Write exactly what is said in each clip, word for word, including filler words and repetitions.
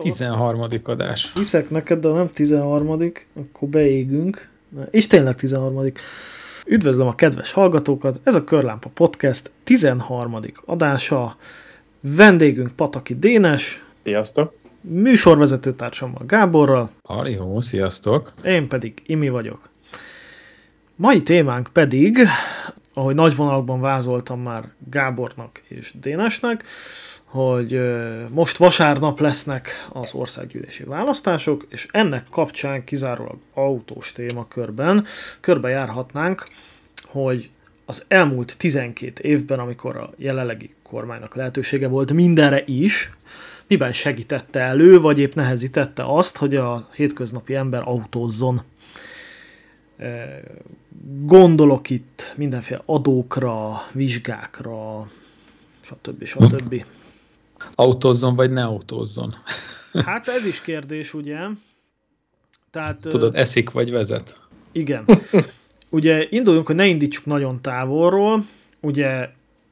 tizenharmadik adás. Hiszek neked, de nem tizenharmadik, akkor beégünk. És tényleg tizenharmadik. Üdvözlöm a kedves hallgatókat, ez a Körlámpa Podcast tizenharmadik adása. Vendégünk Pataki Dénes. Sziasztok! Műsorvezetőtársammal Gáborral. Halihó, sziasztok! Én pedig Imi vagyok. Mai témánk pedig, ahogy nagy vonalakban vázoltam már Gábornak és Dénesnek, hogy most vasárnap lesznek az országgyűlési választások, és ennek kapcsán kizárólag autós témakörben körbejárhatnánk, hogy az elmúlt tizenkét évben, amikor a jelenlegi kormánynak lehetősége volt mindenre is, miben segítette elő, vagy épp nehezítette azt, hogy a hétköznapi ember autózzon. Gondolok itt mindenféle adókra, vizsgákra, stb. stb. Autózzon, vagy ne autózzon? Hát ez is kérdés, ugye? Tehát, Tudod, eszik, vagy vezet? Igen. Ugye induljunk, hogy ne indítsuk nagyon távolról. Ugye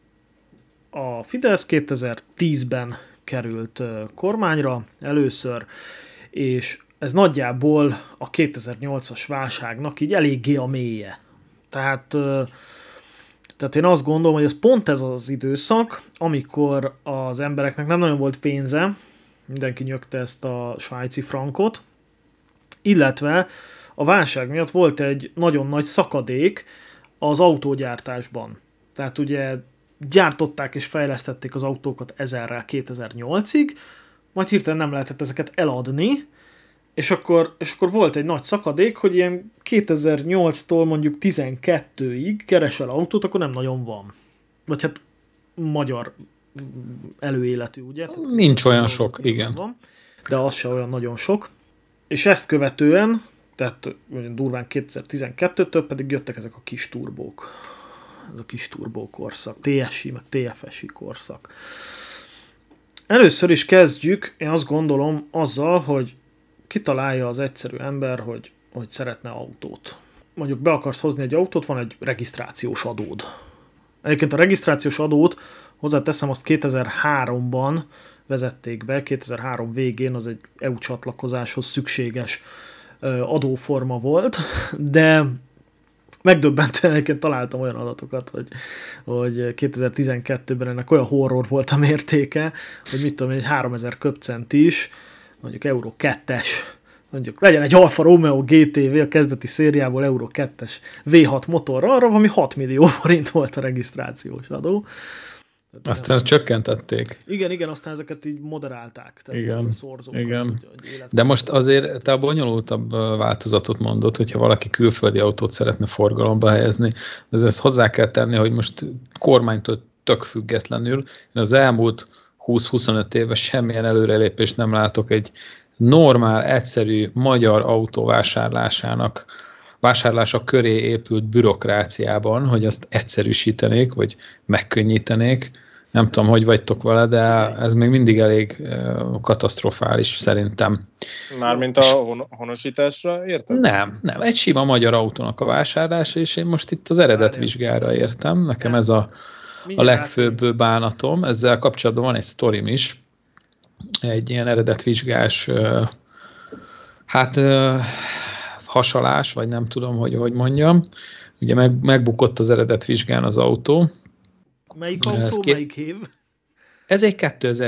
a Fidesz kétezer-tízben került kormányra először, és ez nagyjából a kétezer-nyolcas válságnak így eléggé a mélye. Tehát, tehát én azt gondolom, hogy ez pont ez az időszak, amikor az embereknek nem nagyon volt pénze, mindenki nyögte ezt a svájci frankot, illetve a válság miatt volt egy nagyon nagy szakadék az autógyártásban. Tehát ugye gyártották és fejlesztették az autókat ezerrel kétezer-nyolcig, majd hirtelen nem lehetett ezeket eladni, és akkor, és akkor volt egy nagy szakadék, hogy ilyen kétezer-nyolctól mondjuk tizenkettőig keresel autót, akkor nem nagyon van. Vagy hát magyar előéletű, ugye? Tehát nincs olyan sok, igen. Van, de az se olyan nagyon sok. És ezt követően, tehát durván kétezer-tizenkettőtől pedig jöttek ezek a kis turbók. Ez a kis turbó korszak, té es i, meg té ef es i korszak. Először is kezdjük, én azt gondolom, azzal, hogy kitalálja az egyszerű ember, hogy, hogy szeretne autót. Mondjuk be akarsz hozni egy autót, van egy regisztrációs adód. Egyébként a regisztrációs adót, hozzáteszem, azt kétezer-háromban vezették be, kétezer-három végén, az egy é u csatlakozáshoz szükséges adóforma volt, de megdöbbentően egyébként találtam olyan adatokat, hogy, hogy kétezer-tizenkettőben ennek olyan horror volt a mértéke, hogy mit tudom, egy háromezer köbcent is, mondjuk Euro kettes, mondjuk legyen egy Alfa Romeo gé té vé a kezdeti szériából Euro kettes vé hat motorra, arra valami hat millió forint volt a regisztrációs adó. Aztán ezt csökkentették. Igen, igen, aztán ezeket így moderálták. Tehát igen, szorzókat, igen. Hogy, hogy de most azért te a bonyolultabb változatot mondod, hogyha valaki külföldi autót szeretne forgalomba helyezni, de ezt hozzá kell tenni, hogy most kormánytól tök függetlenül, én az elmúlt húsz-huszonöt évben semmilyen előrelépést nem látok egy normál, egyszerű magyar autó vásárlásának, vásárlása köré épült bürokráciában, hogy azt egyszerűsítenék, vagy megkönnyítenék. Nem tudom, hogy vagytok vele, de ez még mindig elég katasztrofális szerintem. Mármint a hon- honosításra érted? Nem, nem. Egy sima magyar autónak a vásárlása, és én most itt az eredetvizsgára értem. Nekem ez a, a legfőbb bánatom. Ezzel kapcsolatban van egy sztorim is. Egy ilyen eredetvizsgás hát hasalás, vagy nem tudom, hogy hogy mondjam. Ugye meg, megbukott az eredetvizsgán az autó. Melyik autó, ké... melyik év? Ez egy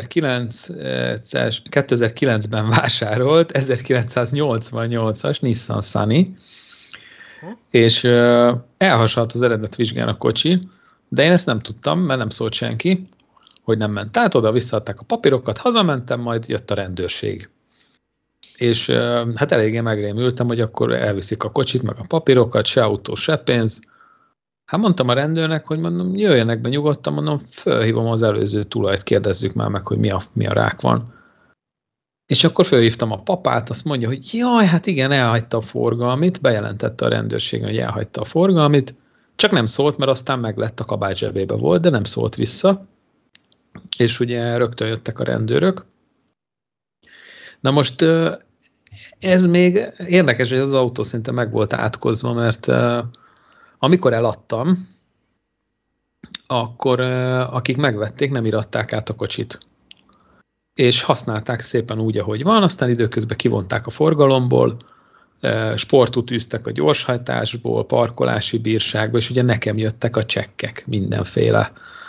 kétezer-kilencben vásárolt, ezerkilencszáznyolcvannyolcas Nissan Sunny, hm? és uh, elhasalt az eredetvizsgán a kocsi, de én ezt nem tudtam, mert nem szólt senki, hogy nem ment át, oda visszaadták a papírokat, hazamentem, majd jött a rendőrség. És uh, hát eléggé megrémültem, hogy akkor elviszik a kocsit, meg a papírokat, se autó, se pénz. Hát mondtam a rendőrnek, hogy mondom, jöjjenek be nyugodtan, mondom, fölhívom az előző tulajt, kérdezzük már meg, hogy mi a, mi a rák van. És akkor fölhívtam a papát, azt mondja, hogy jaj, hát igen, elhagyta a forgalmit, bejelentette a rendőrségen, hogy elhagyta a forgalmit, csak nem szólt, mert aztán meglett, a kabát zsebébe volt, de nem szólt vissza. És ugye rögtön jöttek a rendőrök. Na most ez még érdekes, hogy az autó szinte meg volt átkozva, mert amikor eladtam, akkor akik megvették, nem iratták át a kocsit. és használták szépen úgy, ahogy van, aztán időközben kivonták a forgalomból, sportot űztek a gyorshajtásból, parkolási bírságból, és ugye nekem jöttek a csekkek mindenféle.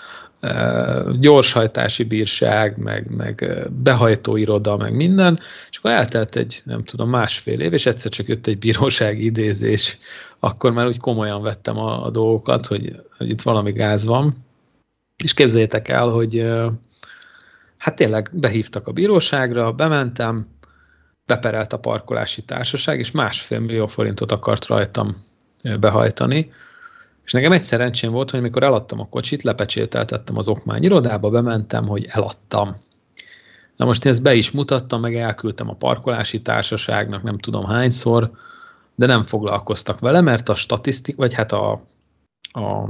Gyorshajtási bírság, meg, meg behajtóiroda, meg minden, és akkor eltelt egy, nem tudom, másfél év, és egyszer csak jött egy bírósági idézés, akkor már úgy komolyan vettem a, a dolgokat, hogy, hogy itt valami gáz van, és képzeljétek el, hogy hát tényleg behívtak a bíróságra, bementem, beperelt a parkolási társaság, és másfél millió forintot akart rajtam behajtani, és nekem egy szerencsém volt, hogy amikor eladtam a kocsit, lepecsételtettem az okmányirodába, bementem, hogy eladtam. Na most én ezt be is mutattam, meg elküldtem a parkolási társaságnak, nem tudom hányszor, de nem foglalkoztak vele, mert a statisztik, vagy hát a, a,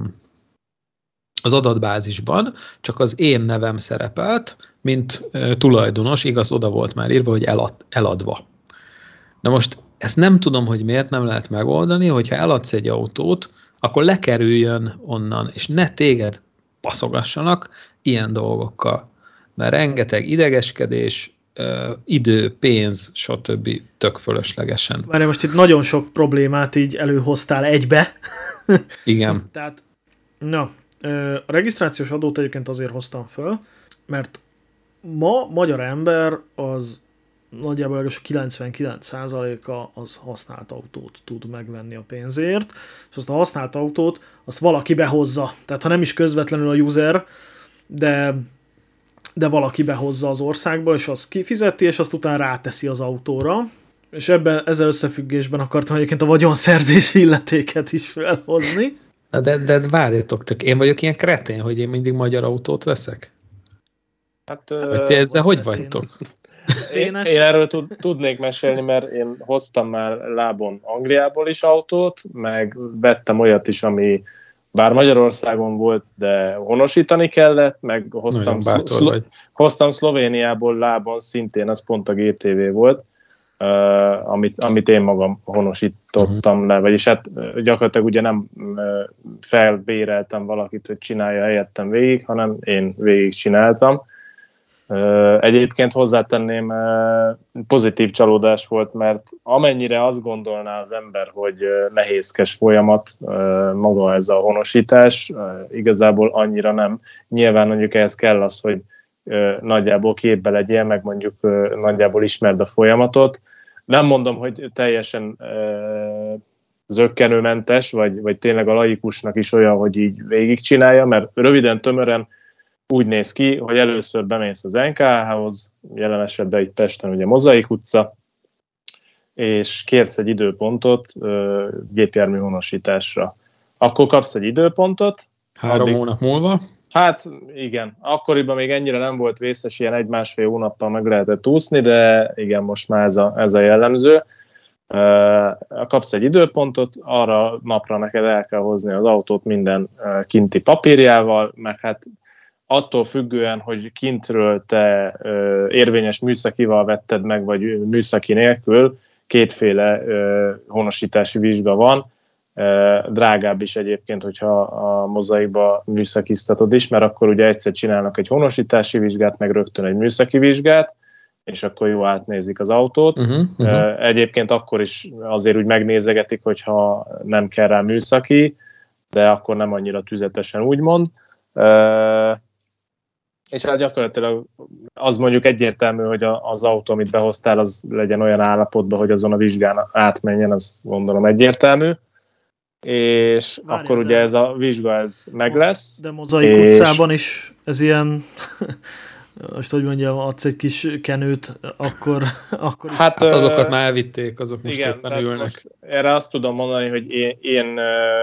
az adatbázisban csak az én nevem szerepelt, mint tulajdonos, igaz, oda volt már írva, hogy elad, eladva. Na most ezt nem tudom, hogy miért nem lehet megoldani, hogyha eladsz egy autót, akkor lekerüljön onnan, és ne téged baszogassanak ilyen dolgokkal. Mert rengeteg idegeskedés, idő, pénz, stb. Tök fölöslegesen. Várj, most itt nagyon sok problémát így előhoztál egybe. Igen. Tehát, na, a regisztrációs adót egyébként azért hoztam föl, mert ma magyar ember az nagyjából a kilencvenkilenc százaléka az használt autót tud megvenni a pénzért, és azt a használt autót azt valaki behozza. Tehát ha nem is közvetlenül a user, de, de valaki behozza az országba, és azt kifizeti, és azt utána ráteszi az autóra. És ebben, ezzel összefüggésben akartam egyébként a vagyonszerzési illetéket is felhozni. De, de várjatok, tök, én vagyok ilyen kretén, hogy én mindig magyar autót veszek? Hát, vagy ti ezzel hogy vagytok? Én, én erről tud, tudnék mesélni, mert én hoztam már lábon Angliából is autót, meg vettem olyat is, ami bár Magyarországon volt, de honosítani kellett, meg hoztam, szlo- hoztam Szlovéniából lábon, szintén az pont a gé té vé volt, uh, amit, amit én magam honosítottam uh-huh. le, vagyis hát gyakorlatilag ugye nem uh, felbéreltem valakit, hogy csinálja helyettem végig, hanem én végig csináltam. Egyébként hozzátenném, pozitív csalódás volt, mert amennyire azt gondolná az ember, hogy nehézkes folyamat maga ez a honosítás, igazából annyira nem. Nyilván mondjuk ehhez kell az, hogy nagyjából képbe legyél, meg mondjuk nagyjából ismerd a folyamatot. Nem mondom, hogy teljesen zökkenőmentes, vagy, vagy tényleg a laikusnak is olyan, hogy így végigcsinálja, mert röviden, tömören úgy néz ki, hogy először bemész az en ká á-hoz, jelen esetben itt Pesten ugye Mozaik utca, és kérsz egy időpontot ö, gépjármű honosításra. Akkor kapsz egy időpontot. Három addig, hónap múlva? Hát igen, akkoriban még ennyire nem volt vészes, ilyen egy-másfél hónappal meg lehetett úszni, de igen, most már ez a, ez a jellemző. Ö, kapsz egy időpontot, arra napra neked el kell hozni az autót minden kinti papírjával, meg hát attól függően, hogy kintről te ö, érvényes műszakival vetted meg, vagy műszaki nélkül, kétféle ö, honosítási vizsga van. Ö, drágább is egyébként, hogyha a Mozaikba műszakiztatod is, mert akkor ugye egyszer csinálnak egy honosítási vizsgát, meg rögtön egy műszaki vizsgát, és akkor jó átnézik az autót. Uh-huh, uh-huh. Ö, egyébként akkor is azért úgy megnézegetik, hogyha nem kell rá műszaki, de akkor nem annyira tüzetesen úgymond. Ö, És hát gyakorlatilag az mondjuk egyértelmű, hogy az autó, amit behoztál, az legyen olyan állapotban, hogy azon a vizsgán átmenjen, az gondolom egyértelmű. És Várja, akkor ugye ez a vizsga, ez meg lesz. De Mozaik és... utcában is ez ilyen, most hogy mondjam, adsz egy kis kenőt, akkor, akkor is... Hát, hát azokat már elvitték, azok most igen, éppen ülnek. Most erre azt tudom mondani, hogy én, én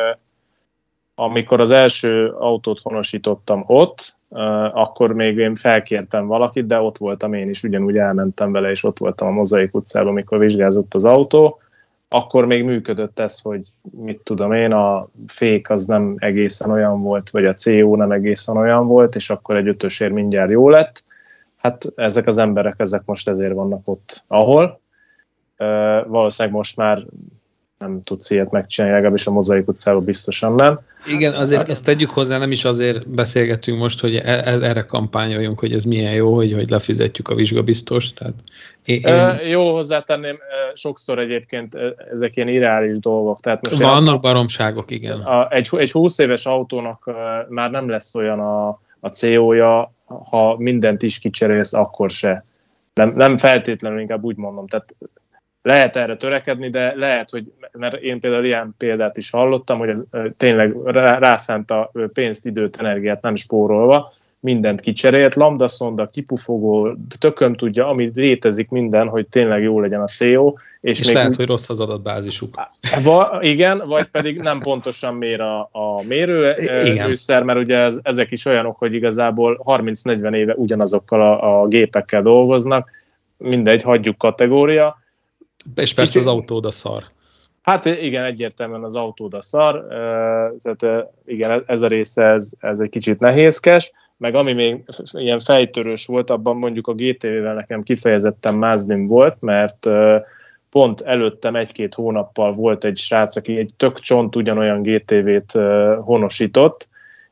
amikor az első autót honosítottam ott, Uh, akkor még én felkértem valakit, de ott voltam én is, ugyanúgy elmentem vele, és ott voltam a Mozaik utcában, amikor vizsgázott az autó. Akkor még működött ez, hogy mit tudom én, a fék az nem egészen olyan volt, vagy a cé ó nem egészen olyan volt, és akkor egy ötösér mindjárt jó lett. Hát ezek az emberek, ezek most ezért vannak ott, ahol. Uh, valószínűleg most már nem tudsz ilyet megcsinálni, legalábbis a Mozaik utcában biztosan nem. Igen, Hát, azért hát, azt tegyük hozzá, nem is azért beszélgetünk most, hogy e- erre kampányoljunk, hogy ez milyen jó, hogy, hogy lefizetjük a vizsgabiztost. Tehát én, én... E, jó, hozzátenném, sokszor egyébként ezek ilyen irreális dolgok. Tehát most vannak baromságok, igen. A, egy, egy húsz éves autónak már nem lesz olyan a, a cé ó-ja, ha mindent is kicserélsz, akkor se. Nem, nem feltétlenül, inkább úgy mondom. Tehát lehet erre törekedni, de lehet, hogy, mert én például ilyen példát is hallottam, hogy ez tényleg rászánta pénzt, időt, energiát nem spórolva, mindent kicserélt, lambda-szonda, kipufogó, tököm tudja, ami létezik minden, hogy tényleg jó legyen a cé ó. És, és még lehet, úgy, hogy rossz az adatbázisuk. Va, igen, vagy pedig nem pontosan mér a, a mérőszer, mert ugye ez, ezek is olyanok, hogy igazából harminc-negyven éve ugyanazokkal a, a gépekkel dolgoznak, mindegy, hagyjuk kategória. És persze Kicsi... az autód a szar. Hát igen, egyértelműen az autód a szar, tehát igen, ez a része, ez, ez egy kicsit nehézkes, meg ami még ilyen fejtörős volt, abban mondjuk a gé té vé-vel nekem kifejezetten mázlim volt, mert pont előttem egy-két hónappal volt egy srác, aki egy tök csont ugyanolyan gé té vét honosított,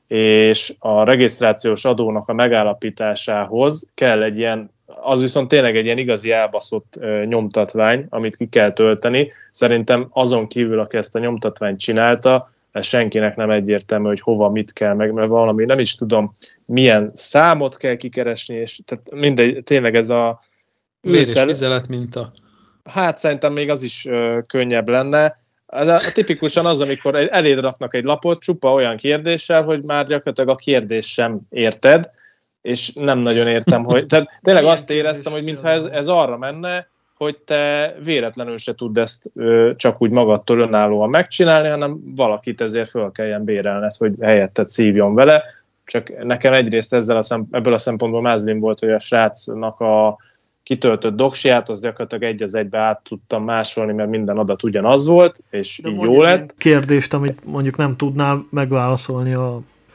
és a regisztrációs adónak a megállapításához kell egy ilyen, az viszont tényleg egy ilyen igazi elbaszott nyomtatvány, amit ki kell tölteni. Szerintem azon kívül, aki ezt a nyomtatványt csinálta, ez senkinek nem egyértelmű, hogy hova, mit kell, meg mert valami, nem is tudom, milyen számot kell kikeresni, és tehát mindegy, tényleg ez a műszer... vizelet minta. Hát szerintem még az is ö, könnyebb lenne. Ez a, a tipikusan az, amikor eléd raknak egy lapot csupa olyan kérdéssel, hogy már gyakorlatilag a kérdés sem érted, és nem nagyon értem, hogy... Tehát tényleg azt éreztem, hogy mintha ez, ez arra menne, hogy te véletlenül se tudd ezt ö, csak úgy magadtól önállóan megcsinálni, hanem valakit ezért föl kelljen bérelned, hogy helyetted szívjon vele. Csak nekem egyrészt ezzel a szem, ebből a szempontból mázlim volt, hogy a srácnak a kitöltött doksiát, az gyakorlatilag egy az egybe át tudtam másolni, mert minden adat ugyanaz volt, és de így jó lett. Kérdést, amit mondjuk nem tudnám megválaszolni a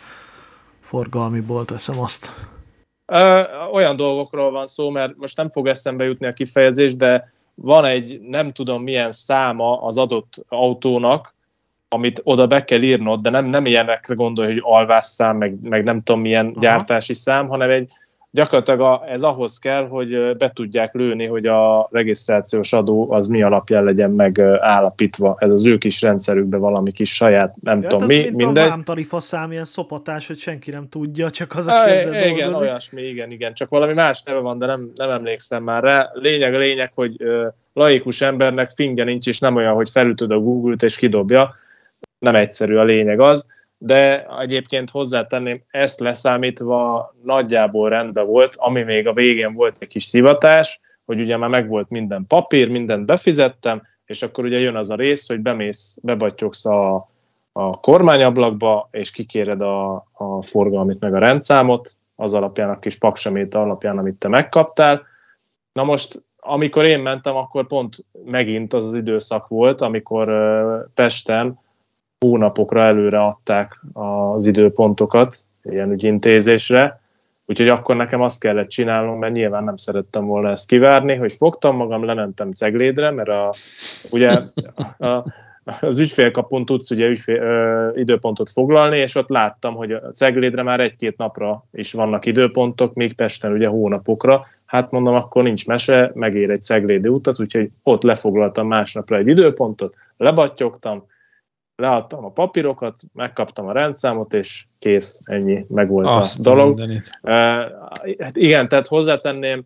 forgalmiból, teszem azt. Ö, olyan dolgokról van szó, mert most nem fog eszembe jutni a kifejezés, de van egy nem tudom milyen száma az adott autónak, amit oda be kell írnod, de nem, nem ilyenekre gondolj, hogy alvásszám, meg, meg nem tudom milyen Aha. gyártási szám, hanem egy gyakorlatilag a, ez ahhoz kell, hogy be tudják lőni, hogy a regisztrációs adó az mi alapján legyen megállapítva. Ez az ő kis rendszerükben valami kis saját, nem ja, tudom mi, mint mindegy. A vámtarifa szám, ilyen szopatás, hogy senki nem tudja, csak az, aki ezzel dolgozik. Igen, olyasmi, igen, igen. Csak valami más neve van, de nem, nem emlékszem már rá. Lényeg a lényeg, hogy uh, laikus embernek fingja nincs, és nem olyan, hogy felütöd a Google-t és kidobja. Nem egyszerű, a lényeg az. De egyébként hozzátenném, ezt leszámítva nagyjából rendben volt, ami még a végén volt egy kis szivatás, hogy ugye már megvolt minden papír, mindent befizettem, és akkor ugye jön az a rész, hogy bemész, bebattyogsz a, a kormányablakba, és kikéred a, a forgalmit meg a rendszámot, az alapján, a kis paksaméta alapján, amit te megkaptál. Na most, amikor én mentem, akkor pont megint az az időszak volt, amikor Pesten hónapokra előre adták az időpontokat ilyen ügyintézésre, úgyhogy akkor nekem azt kellett csinálnom, mert nyilván nem szerettem volna ezt kivárni, hogy fogtam magam, lementem Ceglédre, mert a, ugye a, az ügyfélkapun tudsz ugye ügyfél, ö, időpontot foglalni, és ott láttam, hogy a Ceglédre már egy-két napra is vannak időpontok, még Pesten ugye hónapokra. Hát mondom, akkor nincs mese, megér egy ceglédi utat, úgyhogy ott lefoglaltam másnapra egy időpontot, lebattyogtam, leadtam a papírokat, megkaptam a rendszámot, és kész, ennyi, megvolt Azt a dolog. Uh, hát igen, tehát hozzátenném,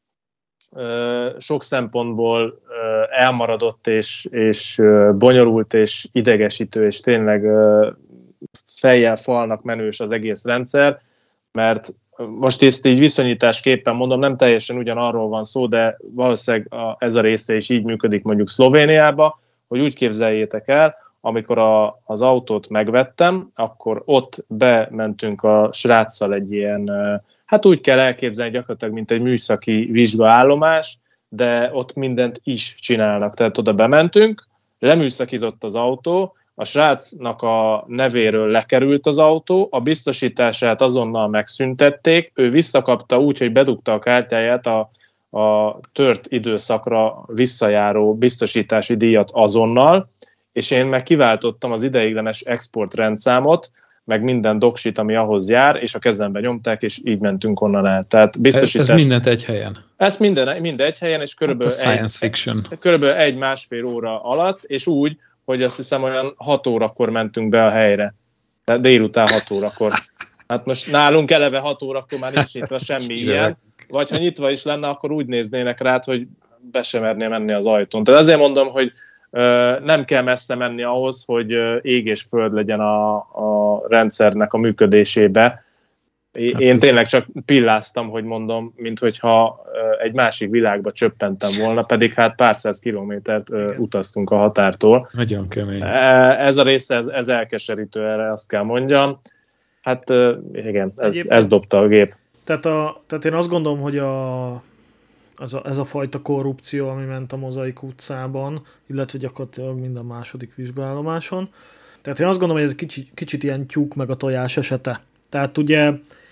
uh, sok szempontból uh, elmaradott, és, és uh, bonyolult, és idegesítő, és tényleg uh, fejjel falnak menős az egész rendszer, mert most ezt így viszonyításképpen mondom, nem teljesen ugyanarról van szó, de valószínűleg a, ez a része is így működik mondjuk Szlovéniába, hogy úgy képzeljétek el, amikor a, az autót megvettem, akkor ott bementünk a sráccal egy ilyen, hát úgy kell elképzelni gyakorlatilag, mint egy műszaki vizsgaállomás, de ott mindent is csinálnak. Tehát oda bementünk, leműszakizott az autó, a srácnak a nevéről lekerült az autó, a biztosítását azonnal megszüntették, ő visszakapta úgy, hogy bedugta a kártyáját a, a tört időszakra visszajáró biztosítási díjat azonnal, és én meg kiváltottam az ideiglenes export rendszámot, meg minden doksit, ami ahhoz jár, és a kezembe nyomták, és így mentünk onnan el. Tehát biztosítás... Ez, ez mindent egy helyen. Ez minden, minden egy helyen, és körülbelül, hát science egy, fiction. körülbelül egy másfél óra alatt, és úgy, hogy azt hiszem olyan hat órakor mentünk be a helyre. Tehát délután hat órakor. Hát most nálunk eleve hat órakor már nincs nyitva semmi ilyen, vagy ha nyitva is lenne, akkor úgy néznének rád, hogy be sem merné menni az ajtón. Tehát azért mondom, hogy ö, nem kell messze menni ahhoz, hogy ö, ég és föld legyen a, a rendszernek a működésébe. Én hát tényleg csak pilláztam, hogy mondom, mint hogyha egy másik világba csöppentem volna, pedig hát pár száz kilométert ö, utaztunk a határtól. Nagyon kemény. Ez a része, ez, ez elkeserítő, erre azt kell mondjam. Hát igen, ez, ez dobta a gép. Tehát, a, tehát én azt gondolom, hogy a, ez, a, ez a fajta korrupció, ami ment a Mozaik utcában, illetve gyakorlatilag minden második vizsgállomáson. Tehát én azt gondolom, hogy ez kicsit, kicsit ilyen tyúk meg a tojás esete. Tehát ugye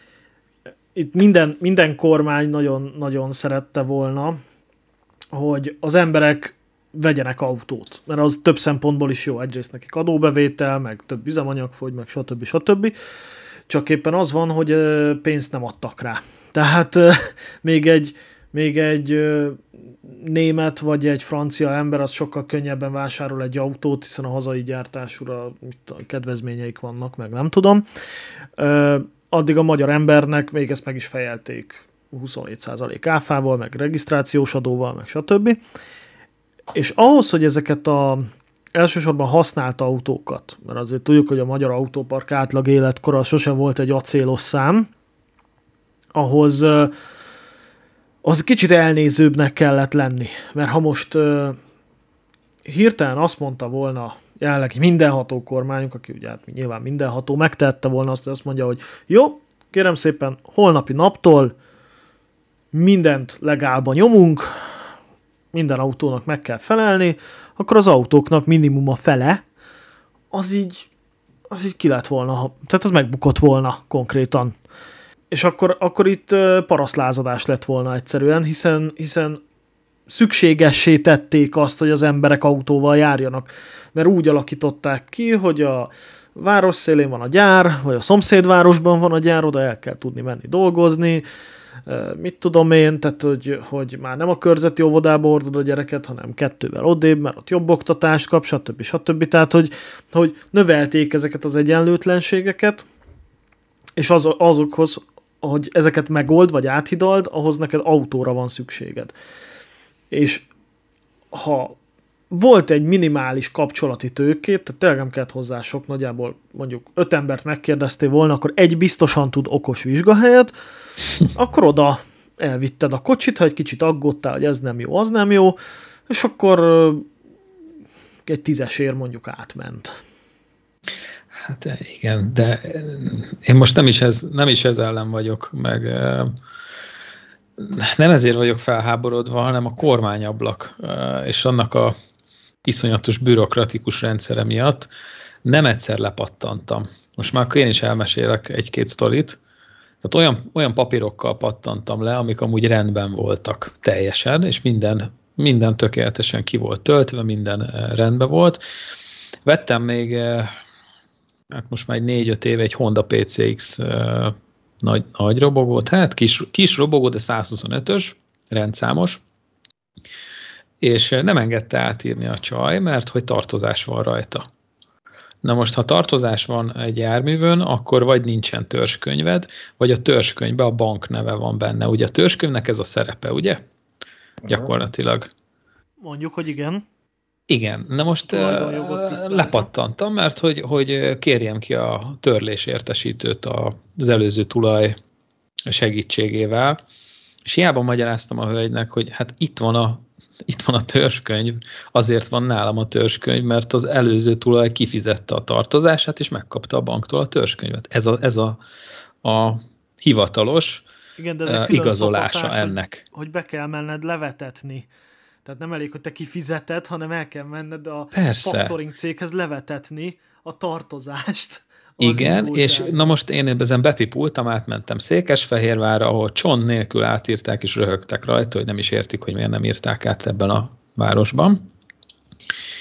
itt minden, minden kormány nagyon, nagyon szerette volna, hogy az emberek vegyenek autót, mert az több szempontból is jó. Egyrészt nekik adóbevétel, meg több üzemanyagfogy, meg stb. stb. Csak éppen az van, hogy pénzt nem adtak rá. Tehát még egy, még egy német vagy egy francia ember az sokkal könnyebben vásárol egy autót, hiszen a hazai gyártásúra kedvezményeik vannak, meg nem tudom. Addig a magyar embernek még ezt meg is fejelték huszonhét százalék áfával, meg regisztrációs adóval, meg stb. És ahhoz, hogy ezeket a elsősorban használt autókat, mert azért tudjuk, hogy a magyar autópark átlag életkora sose volt egy acélos szám, ahhoz az kicsit elnézőbbnek kellett lenni. Mert ha most uh, hirtelen azt mondta volna jelenlegi mindenható kormányunk, aki ugye hát nyilván mindenható, megtehette volna azt, hogy azt mondja, hogy jó, kérem szépen, holnapi naptól mindent legálba nyomunk, minden autónak meg kell felelni, akkor az autóknak minimum a fele, az így, az így ki lett volna, tehát az megbukott volna konkrétan. És akkor, akkor itt parasztlázadás lett volna egyszerűen, hiszen, hiszen szükségessé tették azt, hogy az emberek autóval járjanak. Mert úgy alakították ki, hogy a város szélén van a gyár, vagy a szomszédvárosban van a gyár, oda el kell tudni menni dolgozni, mit tudom én, tehát hogy, hogy már nem a körzeti óvodába hordod a gyereket, hanem kettővel odébb, mert ott jobb oktatást kap, stb. stb. Tehát, hogy, hogy növelték ezeket az egyenlőtlenségeket, és az, azokhoz, hogy ezeket megold, vagy áthidald, ahhoz neked autóra van szükséged. És ha volt egy minimális kapcsolati tőkét, tehát tényleg nem kellett hozzá sok, nagyjából mondjuk öt embert megkérdeztél volna, akkor egy biztosan tud okos vizsgahelyet, akkor oda elvitted a kocsit, ha egy kicsit aggódtál, hogy ez nem jó, az nem jó, és akkor egy tízesért mondjuk átment. Hát igen, de én most nem is ez, nem is ez ellen vagyok, meg nem ezért vagyok felháborodva, hanem a kormányablak és annak a iszonyatos bürokratikus rendszere miatt nem egyszer lepattantam. Most már én is elmesélek egy-két sztorit. Tehát olyan, olyan papírokkal pattantam le, amik amúgy rendben voltak teljesen, és minden, minden tökéletesen ki volt töltve, minden rendben volt. Vettem még, hát most már egy négy-öt éve egy Honda pé cé iksz nagy, nagy robogót, hát kis, kis robogó, de százhuszonötös, rendszámos, és nem engedte átírni a csaj, mert hogy tartozás van rajta. Na most, ha tartozás van egy járművön, akkor vagy nincsen törzskönyved, vagy a törzskönyvben a bank neve van benne. Ugye a törzskönyvnek ez a szerepe, ugye? Gyakorlatilag. Mondjuk, hogy igen. Igen, na most lepattantam, mert hogy, hogy kérjem ki a törlés értesítőt az előző tulaj segítségével, és hiába magyaráztam a hölgynek, hogy hát itt van a, itt van a törzskönyv, azért van nálam a törzskönyv, mert az előző tulaj kifizette a tartozását, és megkapta a banktól a törzskönyvet. Ez a, ez a, a hivatalos igen, de ez igazolása szokatás, ennek. Hogy, hogy be kell menned levetetni. Tehát nem elég, hogy te kifizeted, hanem el kell menned a Persze. factoring céghez levetetni a tartozást. Igen, és na most én ezen bepipultam, átmentem Székesfehérvárra, ahol csont nélkül átírták, és röhögtek rajta, hogy nem is értik, hogy miért nem írták át ebben a városban.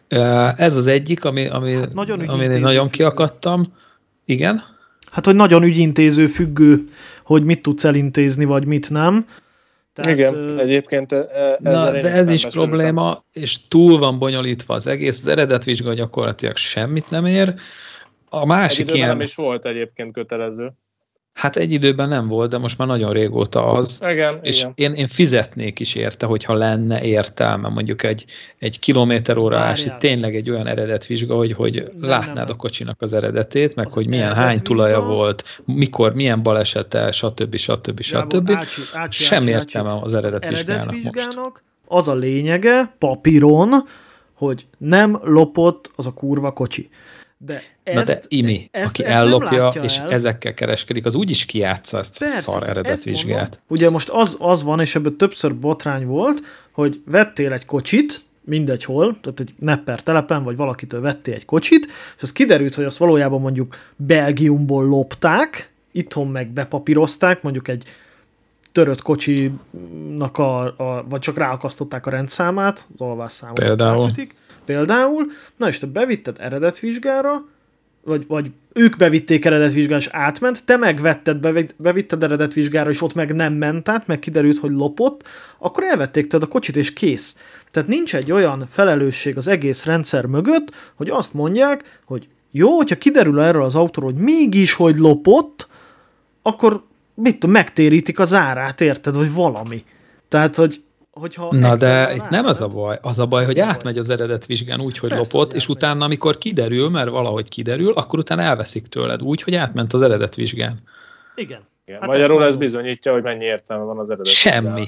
Ez az egyik, ami, ami, hát nagyon, ami nagyon kiakadtam. Igen? Hát, hogy nagyon ügyintéző függő, hogy mit tudsz elintézni, vagy mit nem. Tehát, Igen, ö... egyébként ezzel Na, de ez is probléma, és túl van bonyolítva az egész. Az eredetvizsga gyakorlatilag semmit nem ér. A másik egy ilyen... nem is volt egyébként kötelező. Hát egy időben nem volt, de most már nagyon régóta az. Igen, és igen. Én, én fizetnék is érte, hogyha lenne értelme, mondjuk egy, egy kilométer órásig tényleg egy olyan eredetvizsga, hogy, hogy nem, látnád nem, nem. a kocsinak az eredetét, meg az hogy milyen hány tulaja volt, mikor, milyen balesete, stb. stb. stb. Ácsi, ácsi, Sem ácsi, értelme az eredetvizsgának, az eredetvizsgának az a lényege, papíron, hogy nem lopott az a kurva kocsi. De ezt, Na de Imi, ezt, aki ezt ellopja, és el. ezekkel kereskedik, az úgyis kijátsza ezt Persze, a szar eredetvizsgát. Ugye most az, az van, és ebből többször botrány volt, hogy vettél egy kocsit, mindegy hol, tehát egy nepper telepen, vagy valakitől vettél egy kocsit, és az kiderült, hogy azt valójában mondjuk Belgiumból lopták, itthon meg bepapírozták, mondjuk egy törött kocsinak a, a vagy csak ráakasztották a rendszámát, az alvásszámot Például. Átütik, Például, na és te bevitted eredetvizsgára, vagy, vagy ők bevitték eredetvizsgára, és átment, te megvetted, bevitted eredetvizsgára, és ott meg nem ment át, meg kiderült, hogy lopott, akkor elvették tőled a kocsit, és kész. Tehát nincs egy olyan felelősség az egész rendszer mögött, hogy azt mondják, hogy jó, hogyha kiderül erről az autóról, hogy mégis, hogy lopott, akkor mit tudom, megtérítik az árát, érted, vagy valami. Tehát, hogy Hogyha Na de itt nem az a baj. Az a baj, hogy átmegy az eredetvizsgán úgy, hogy Persze, lopott, és utána, amikor kiderül, mert valahogy kiderül, akkor utána elveszik tőled úgy, hogy átment az eredetvizsgán. Igen. Igen. Hát Magyarul ez bizonyítja, hogy mennyi értelme van az eredetvizsgán. Semmi.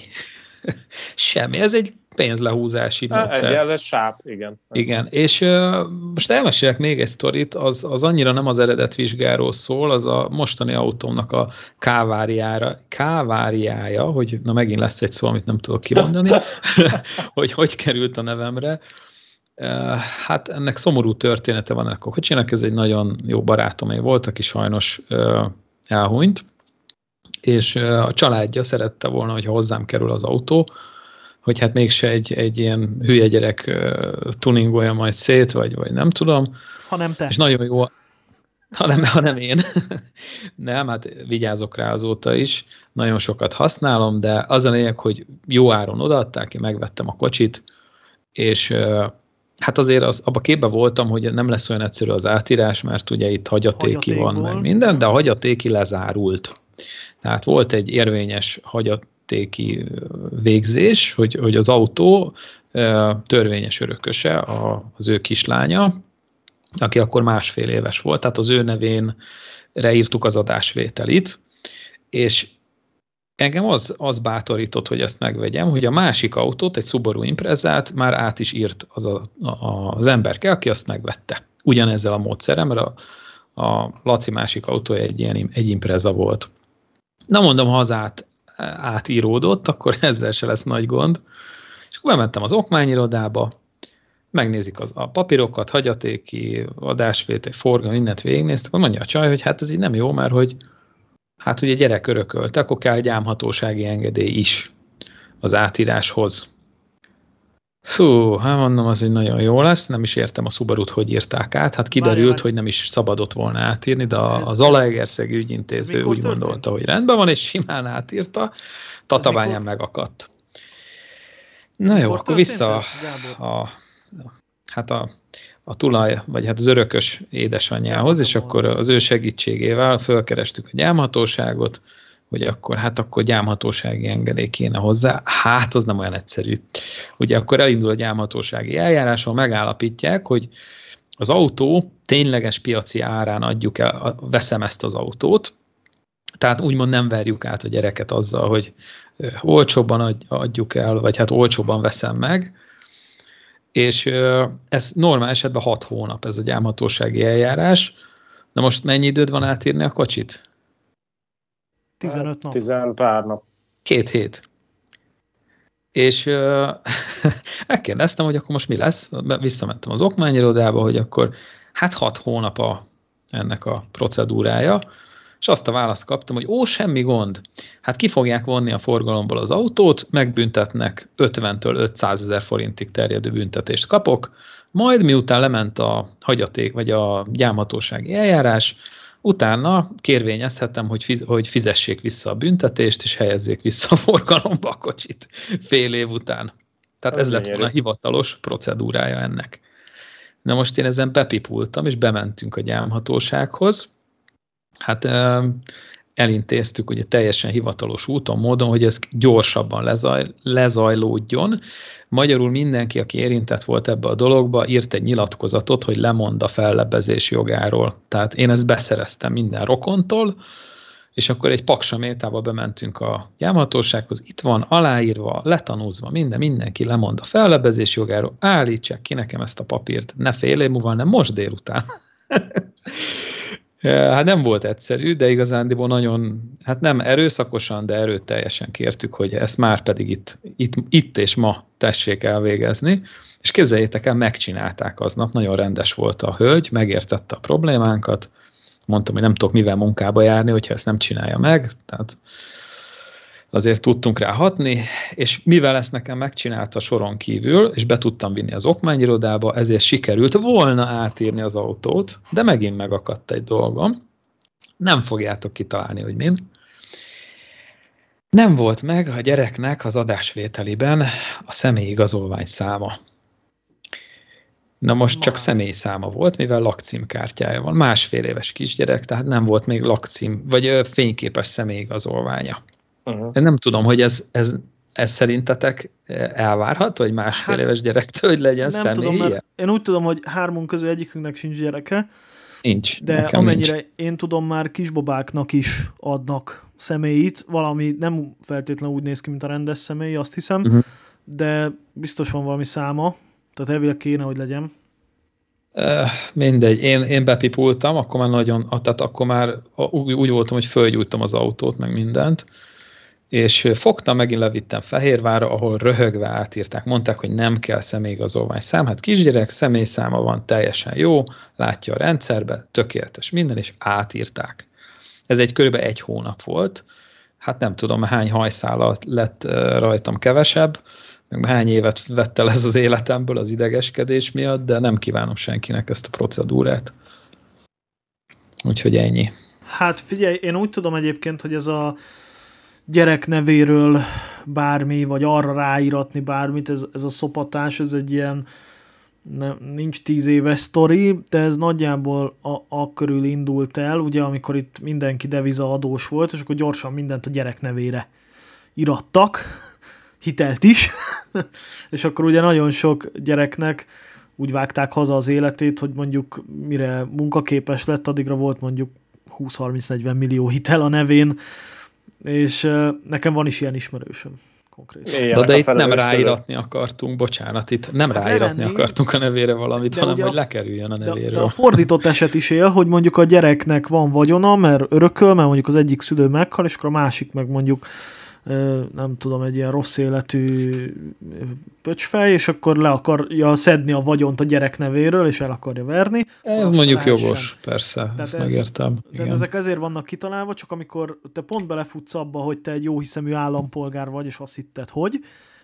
Semmi. Ez egy pénzlehúzási módszer. Ez egy sáp, igen. Ez... Igen, és uh, most elmesélek még egy sztorit, az, az annyira nem az eredetvizsgáról szól, az a mostani autómnak a káváriára, káváriája, hogy na megint lesz egy szó, amit nem tudok kimondani, hogy hogy került a nevemre. Uh, hát ennek szomorú története van ennek a kocsinak, ez egy nagyon jó barátomé volt, aki sajnos uh, elhunyt, és uh, a családja szerette volna, hogyha hozzám kerül az autó, hogy hát mégse egy, egy ilyen hülye gyerek uh, tuningolja majd szét, vagy, vagy nem tudom. Ha nem te. És nagyon jó, ha nem, ha nem én. Nem, hát vigyázok rá azóta is. Nagyon sokat használom, de az a lényeg, hogy jó áron odaadták, én megvettem a kocsit, és uh, hát azért az, abban képben voltam, hogy nem lesz olyan egyszerű az átírás, mert ugye itt hagyatéki van, meg minden, de a hagyatéki lezárult. Tehát volt egy érvényes hagyatéki végzés, hogy, hogy az autó törvényes örököse az ő kislánya, aki akkor másfél éves volt, tehát az ő nevén reírtuk az adásvételit, és engem az, az bátorított, hogy ezt megvegyem, hogy a másik autót, egy Subaru Imprezát már át is írt az, a, a, az emberke, aki azt megvette. Ugyanezzel a módszerrel, mert a, a Laci másik autója egy ilyen egy Impreza volt. Na mondom, ha az át, átíródott, akkor ezzel se lesz nagy gond. És akkor bementem az okmányirodába, megnézik az, a papírokat, hagyatéki, adásvétel, forgalom, mindent végignéztek, akkor mondja a csaj, hogy hát ez így nem jó, mert hogy hát ugye gyerek örökölte, akkor kell gyámhatósági engedély is az átíráshoz. Fú, hát mondom, az egy nagyon jó lesz, nem is értem a Subarut, hogy írták át, hát kiderült, Várj, hogy nem is szabadott volna átírni, de ez, az Zalaegerszegi ügyintéző úgy történt? Gondolta, hogy rendben van, és simán átírta, Tatabányán megakadt. Na mikor jó, akkor vissza ez, a, a, hát a, a tulaj, vagy hát az örökös édesanyjához, és akkor az ő segítségével fölkerestük a gyámhatóságot, hogy akkor, hát akkor gyámhatósági engedély kéne hozzá. Hát, az nem olyan egyszerű. Ugye akkor elindul a gyámhatósági eljárás, ahol megállapítják, hogy az autó tényleges piaci árán adjuk el, veszem ezt az autót, tehát úgymond nem verjük át a gyereket azzal, hogy olcsóbban adjuk el, vagy hát olcsóban veszem meg, és ez normál esetben hat hónap ez a gyámhatósági eljárás. Na most mennyi időd van átírni a kocsit? tizenöt nap. Tizen pár nap. Két hét. És uh, megkérdeztem, hogy akkor most mi lesz. Visszamentem az okmányirodába, hogy akkor hát hat hónap a, ennek a procedúrája, és azt a választ kaptam, hogy ó, semmi gond. Hát ki fogják vonni a forgalomból az autót, megbüntetnek ötventől ötszázezer forintig terjedő büntetést kapok, Majd miután lement a hagyaték, vagy a gyámhatósági eljárás, utána kérvényezhetem, hogy, fiz, hogy fizessék vissza a büntetést, és helyezzék vissza a forgalomba a kocsit fél év után. Tehát ez, ez lett volna a hivatalos procedúrája ennek. Na most én ezen bepipultam, és bementünk a gyámhatósághoz. Hát elintéztük ugye teljesen hivatalos úton, módon, hogy ez gyorsabban lezaj, lezajlódjon. Magyarul mindenki, aki érintett volt ebbe a dologba, írt egy nyilatkozatot, hogy lemond a fellebbezés jogáról. Tehát én ezt beszereztem minden rokontól, és akkor egy paksamétával bementünk a gyámhatósághoz, itt van aláírva, letanúzva minden, mindenki lemond a fellebbezés jogáról, állítsák ki nekem ezt a papírt, ne fél év múlva, hanem most délután. Hát nem volt egyszerű, de igazándiból nagyon, hát nem erőszakosan, de erőteljesen kértük, hogy ezt már pedig itt, itt, itt és ma tessék elvégezni, és képzeljétek el, megcsinálták aznap, nagyon rendes volt a hölgy, megértette a problémánkat, mondtam, hogy nem tudok mivel munkába járni, hogyha ezt nem csinálja meg, tehát azért tudtunk rá hatni, és mivel ezt nekem megcsinálta soron kívül, és be tudtam vinni az okmányirodába, ezért sikerült volna átírni az autót, de megint megakadt egy dolgom. Nem fogjátok kitalálni, hogy mind. Nem volt meg a gyereknek az adásvételiben a személyigazolvány száma. Na most csak személyszáma volt, mivel lakcímkártyája van. Másfél éves kisgyerek, tehát nem volt még lakcím, vagy fényképes személyigazolványa. Uh-huh. Nem tudom, hogy ez, ez, ez szerintetek elvárható, hogy másfél hát, éves gyerektől, hogy legyen személye? Tudom, mert én úgy tudom, hogy hármunk közül egyikünknek sincs gyereke. Nincs. De amennyire nincs. Én tudom, már kisbabáknak is adnak személyit, valami nem feltétlenül úgy néz ki, mint a rendes személy, azt hiszem, uh-huh. de biztos van valami száma, tehát elvileg kéne, hogy legyen. Uh, mindegy, én, én bepipultam, akkor már nagyon, tehát akkor már úgy, úgy voltam, hogy fölgyújtam az autót, meg mindent, és fogtam, megint levittem Fehérvárra, ahol röhögve átírták, mondták, hogy nem kell személyigazolvány szám, hát kisgyerek, személyszáma van, teljesen jó, látja a rendszerbe, tökéletes minden, és átírták. Ez egy körülbelül egy hónap volt, hát nem tudom, hány hajszállal lett rajtam kevesebb, meg hány évet vett el ez az életemből az idegeskedés miatt, de nem kívánom senkinek ezt a procedúrát. Úgyhogy ennyi. Hát figyelj, én úgy tudom egyébként, hogy ez a gyerek nevéről bármi, vagy arra ráíratni bármit, ez, ez a szopatás, ez egy ilyen nem, nincs tíz éves sztori, de ez nagyjából a, a körül indult el, ugye, amikor itt mindenki devizaadós volt, és akkor gyorsan mindent a gyerek nevére irattak, hitelt is, és akkor ugye nagyon sok gyereknek úgy vágták haza az életét, hogy mondjuk mire munkaképes lett, addigra volt mondjuk húsz-harminc-negyven millió hitel a nevén, és nekem van is ilyen ismerősöm konkrétan. De, de itt nem ráíratni akartunk, bocsánat, itt nem hát ráíratni levenni, akartunk a nevére valamit, hanem hogy lekerüljön a nevéről. De, de a fordított eset is él, hogy mondjuk a gyereknek van vagyona, mert örököl, mert mondjuk az egyik szülő meghal, és akkor a másik meg mondjuk nem tudom, egy ilyen rossz életű pöcsfej, és akkor le akarja szedni a vagyont a gyerek nevéről, és el akarja verni. Ez mondjuk jogos, persze, ezt megértem. Tehát ezek ezért vannak kitalálva, csak amikor te pont belefutsz abba, hogy te egy jóhiszemű állampolgár vagy, és azt hitted, hogy,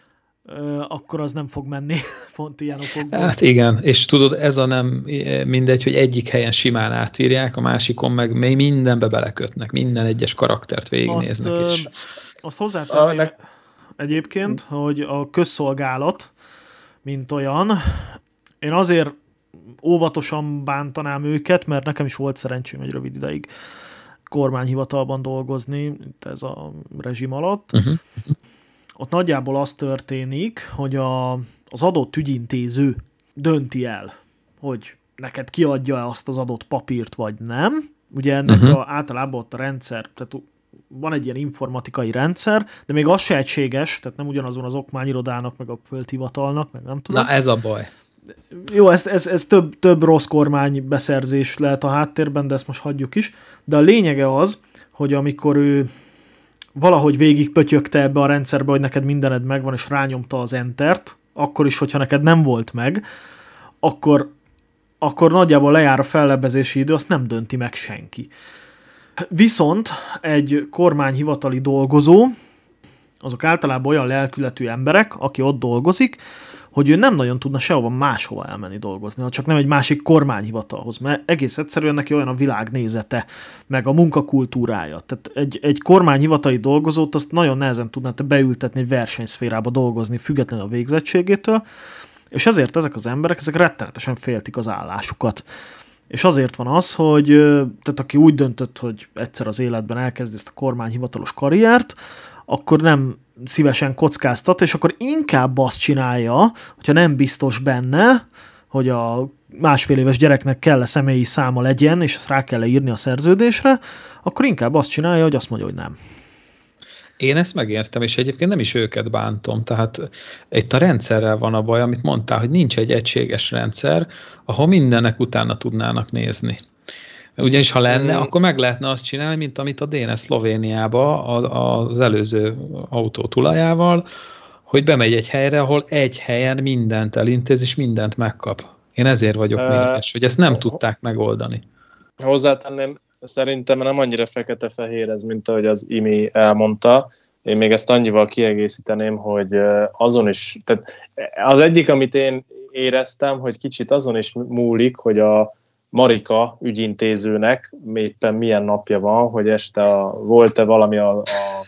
akkor az nem fog menni pont ilyen okokból. Hát igen, és tudod, ez a nem mindegy, hogy egyik helyen simán átírják, a másikon meg még mindenbe belekötnek, minden egyes karaktert végignéznek. Azt, és... azt hozzátenném le... egyébként, hogy a közszolgálat, mint olyan, én azért óvatosan bántanám őket, mert nekem is volt szerencsém egy rövid ideig kormányhivatalban dolgozni, itt ez a rezsim alatt. Uh-huh. Ott nagyjából az történik, hogy a, az adott ügyintéző dönti el, hogy neked kiadja-e azt az adott papírt, vagy nem. Ugye ennek uh-huh. a, általában ott a rendszer, tehát van egy ilyen informatikai rendszer, de még az se egységes, tehát nem ugyanazon az okmányirodának, meg a földhivatalnak, meg nem tudom. Na ez a baj. Jó, ez, ez, ez több, több rossz kormány beszerzés lehet a háttérben, de ezt most hagyjuk is. De a lényege az, hogy amikor ő valahogy végig pötyögte ebbe a rendszerbe, hogy neked mindened megvan, és rányomta az entert, akkor is, hogyha neked nem volt meg, akkor, akkor nagyjából lejár a fellebbezési idő, azt nem dönti meg senki. Viszont egy kormányhivatali dolgozó, azok általában olyan lelkületű emberek, aki ott dolgozik, hogy ő nem nagyon tudna sehova máshova elmenni dolgozni, csak nem egy másik kormányhivatalhoz, mert egész egyszerűen neki olyan a világnézete, meg a munkakultúrája. Tehát egy, egy kormányhivatali dolgozót azt nagyon nehezen tudná te beültetni egy versenyszférába dolgozni, függetlenül a végzettségétől, és ezért ezek az emberek, ezek rettenetesen féltik az állásukat. És azért van az, hogy tehát aki úgy döntött, hogy egyszer az életben elkezdi ezt a kormányhivatalos karriert, akkor nem szívesen kockáztat, és akkor inkább azt csinálja, hogyha nem biztos benne, hogy a másfél éves gyereknek kell-e személyi száma legyen, és ezt rá kell írni a szerződésre, akkor inkább azt csinálja, hogy azt mondja, hogy nem. Én ezt megértem, és egyébként nem is őket bántom. Tehát itt a rendszerrel van a baj, amit mondtál, hogy nincs egy egységes rendszer, ahol mindennek utána tudnának nézni. Ugyanis ha lenne, mm. akkor meg lehetne azt csinálni, mint amit a dé en es Szlovéniába az előző autó tulajával, hogy bemegy egy helyre, ahol egy helyen mindent elintéz, és mindent megkap. Én ezért vagyok uh, mérges, hogy ezt nem tudták megoldani. Hozzátenném, szerintem nem annyira fekete-fehér ez, mint ahogy az Imi elmondta. Én még ezt annyival kiegészíteném, hogy azon is, tehát az egyik, amit én éreztem, hogy kicsit azon is múlik, hogy a Marika ügyintézőnek éppen milyen napja van, hogy este a, volt-e valami a, a,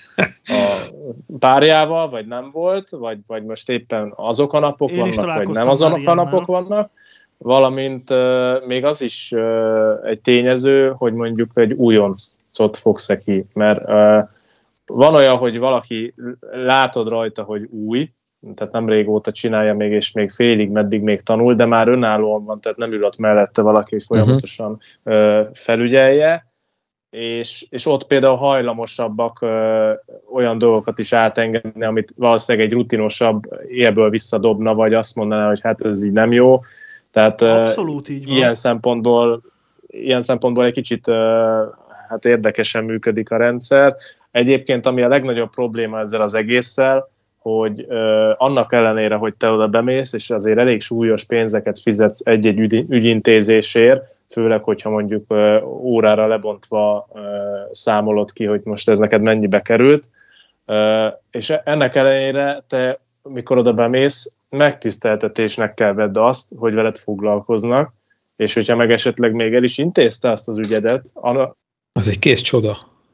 a párjával, vagy nem volt, vagy, vagy most éppen azok a napok én vannak, vagy nem azok a napok vannak. Valamint uh, még az is uh, egy tényező, hogy mondjuk egy újoncot fogsz-e ki, mert uh, van olyan, hogy valaki látod rajta, hogy új, tehát nem régóta csinálja még, és még félig, meddig még tanul, de már önállóan van, tehát nem ül ott mellette valaki, hogy folyamatosan uh, felügyelje, és, és ott például hajlamosabbak uh, olyan dolgokat is átengedni, amit valószínűleg egy rutinosabb élből visszadobna, vagy azt mondaná, hogy hát ez így nem jó. Tehát abszolút így van. Ilyen szempontból, ilyen szempontból egy kicsit uh, hát érdekesen működik a rendszer. Egyébként ami a legnagyobb probléma ezzel az egésszel, hogy uh, annak ellenére, hogy te oda bemész, és azért elég súlyos pénzeket fizetsz egy-egy ügy, ügyintézésért, főleg, hogyha mondjuk uh, órára lebontva uh, számolod ki, hogy most ez neked mennyibe került, uh, és ennek ellenére te, mikor oda bemész, megtiszteltetésnek kell vedd azt, hogy veled foglalkoznak, és hogyha meg esetleg még el is intézte azt az ügyedet, anna... az egy kész csoda.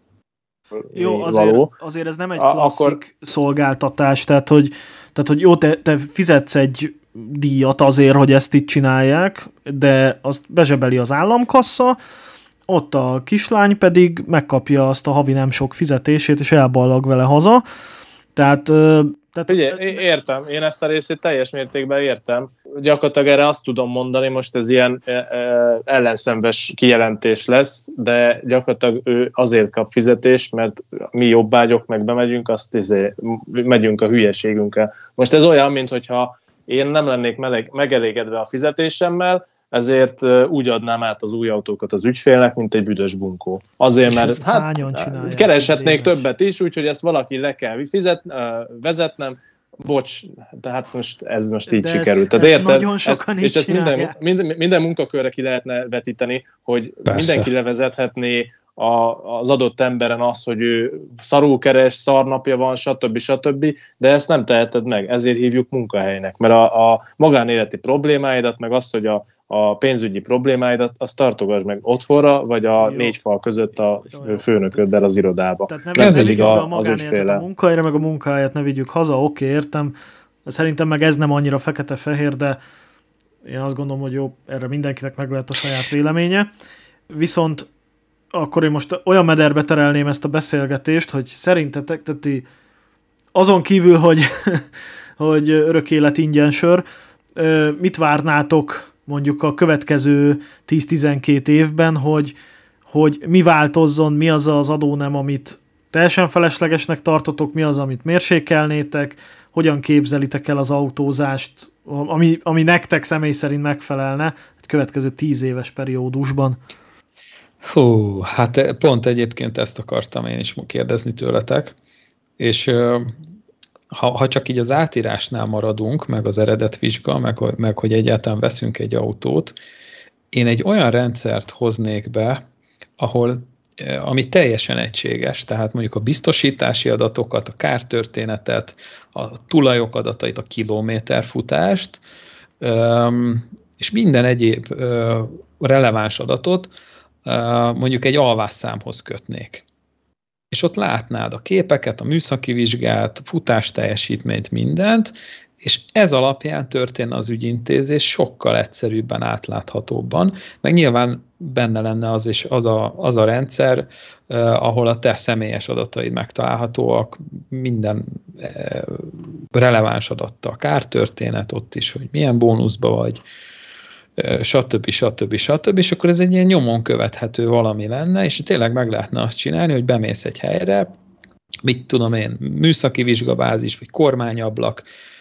Jó, azért, azért ez nem egy klasszik akkor... szolgáltatás, tehát hogy, tehát, hogy jó, te, te fizetsz egy díjat azért, hogy ezt itt csinálják, de azt bezsebeli az államkassa, ott a kislány pedig megkapja azt a havi nem sok fizetését, és elballag vele haza. Tehát... Tehát, ugye, értem, én ezt a részét teljes mértékben értem. Gyakorlatilag erre azt tudom mondani, most ez ilyen e, e, ellenszenves kijelentés lesz, de gyakorlatilag ő azért kap fizetést, mert mi jobbágyok meg bemegyünk, azt izé, megyünk a hülyeségünkkel. Most ez olyan, mintha én nem lennék meleg, megelégedve a fizetésemmel, ezért úgy adnám át az új autókat az ügyfélnek, mint egy büdös bunkó. Azért, és mert hát, kereshetnék többet is, úgyhogy ezt valaki le kell fizet, vezetnem. Bocs, tehát most ez most így de sikerült. Ezt, Tehát ezt nagyon sokan ezt, és ezt minden, minden, minden munkakörre ki lehetne vetíteni, hogy persze. Mindenki levezethetné a, az adott emberen az, hogy ő szarul keres, szarnapja van, stb. stb. De ezt nem teheted meg, ezért hívjuk munkahelynek. Mert a, a magánéleti problémáidat, meg azt, hogy a, a pénzügyi problémáidat, azt tartogasd meg otthonra, vagy a jó. Négy fal között a főnököddel az irodába. Tehát ne vigyük a, a magánéletet a munkahelyre, meg a munkahelyet ne vigyük haza, oké, okay, értem. Szerintem meg ez nem annyira fekete-fehér, de én azt gondolom, hogy jó, erre mindenkinek meg lehet a saját véleménye. Viszont akkor én most olyan mederbe terelném ezt a beszélgetést, hogy szerintetek, tehát azon kívül, hogy, hogy örök élet ingyen sör, mit várnátok mondjuk a következő tíz-tizenkét évben, hogy, hogy mi változzon, mi az az adónem, amit teljesen feleslegesnek tartotok, mi az, amit mérsékelnétek, hogyan képzelitek el az autózást, ami, ami nektek személy szerint megfelelne egy következő tíz éves periódusban. Hú, hát pont egyébként ezt akartam én is kérdezni tőletek, és ha, ha csak így az átírásnál maradunk, meg az eredetvizsga, meg, meg hogy egyáltalán veszünk egy autót, én egy olyan rendszert hoznék be, ahol ami teljesen egységes, tehát mondjuk a biztosítási adatokat, a kártörténetet, a tulajok adatait, a kilométerfutást, és minden egyéb releváns adatot mondjuk egy alvásszámhoz kötnék. És ott látnád a képeket, a műszaki vizsgát, a futás teljesítményt, mindent, és ez alapján történne az ügyintézés sokkal egyszerűbben, átláthatóbban, meg nyilván benne lenne az, is, az, a, az a rendszer, eh, ahol a te személyes adataid megtalálhatóak, minden eh, releváns adatta, kártörténet ott is, hogy milyen bónuszba vagy, eh, stb. stb. stb. És akkor ez egy ilyen nyomon követhető valami lenne, és tényleg meg lehetne azt csinálni, hogy bemész egy helyre, mit tudom én, műszaki vizsgabázis, vagy kormányablak.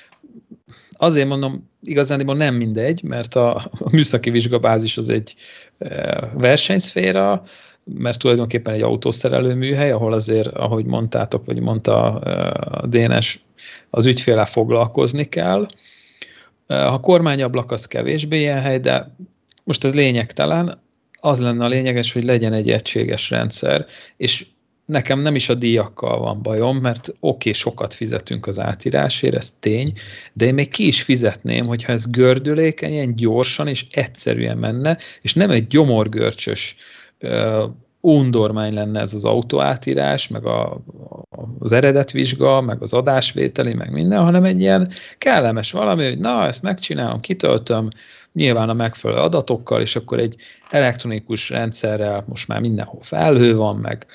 Azért mondom, igazán nem mindegy, mert a, a műszaki vizsgabázis az egy e, versenyszféra, mert tulajdonképpen egy autószerelő műhely, ahol azért, ahogy mondtátok, vagy mondta e, a Dénes, az ügyféllel foglalkozni kell. E, a kormányablak az kevésbé ilyen hely, de most ez lényegtelen, az lenne a lényeges, hogy legyen egy egységes rendszer, és nekem nem is a díjakkal van bajom, mert oké, okay, sokat fizetünk az átírásért, ez tény, de én még ki is fizetném, hogyha ez gördülékenyen, gyorsan és egyszerűen menne, és nem egy gyomorgörcsös uh, undormány lenne ez az autóátírás, meg a, az eredetvizsga, meg az adásvételi, meg minden, hanem egy ilyen kellemes valami, hogy na, ezt megcsinálom, kitöltöm, nyilván a megfelelő adatokkal, és akkor egy elektronikus rendszerrel most már mindenhol felhő van, meg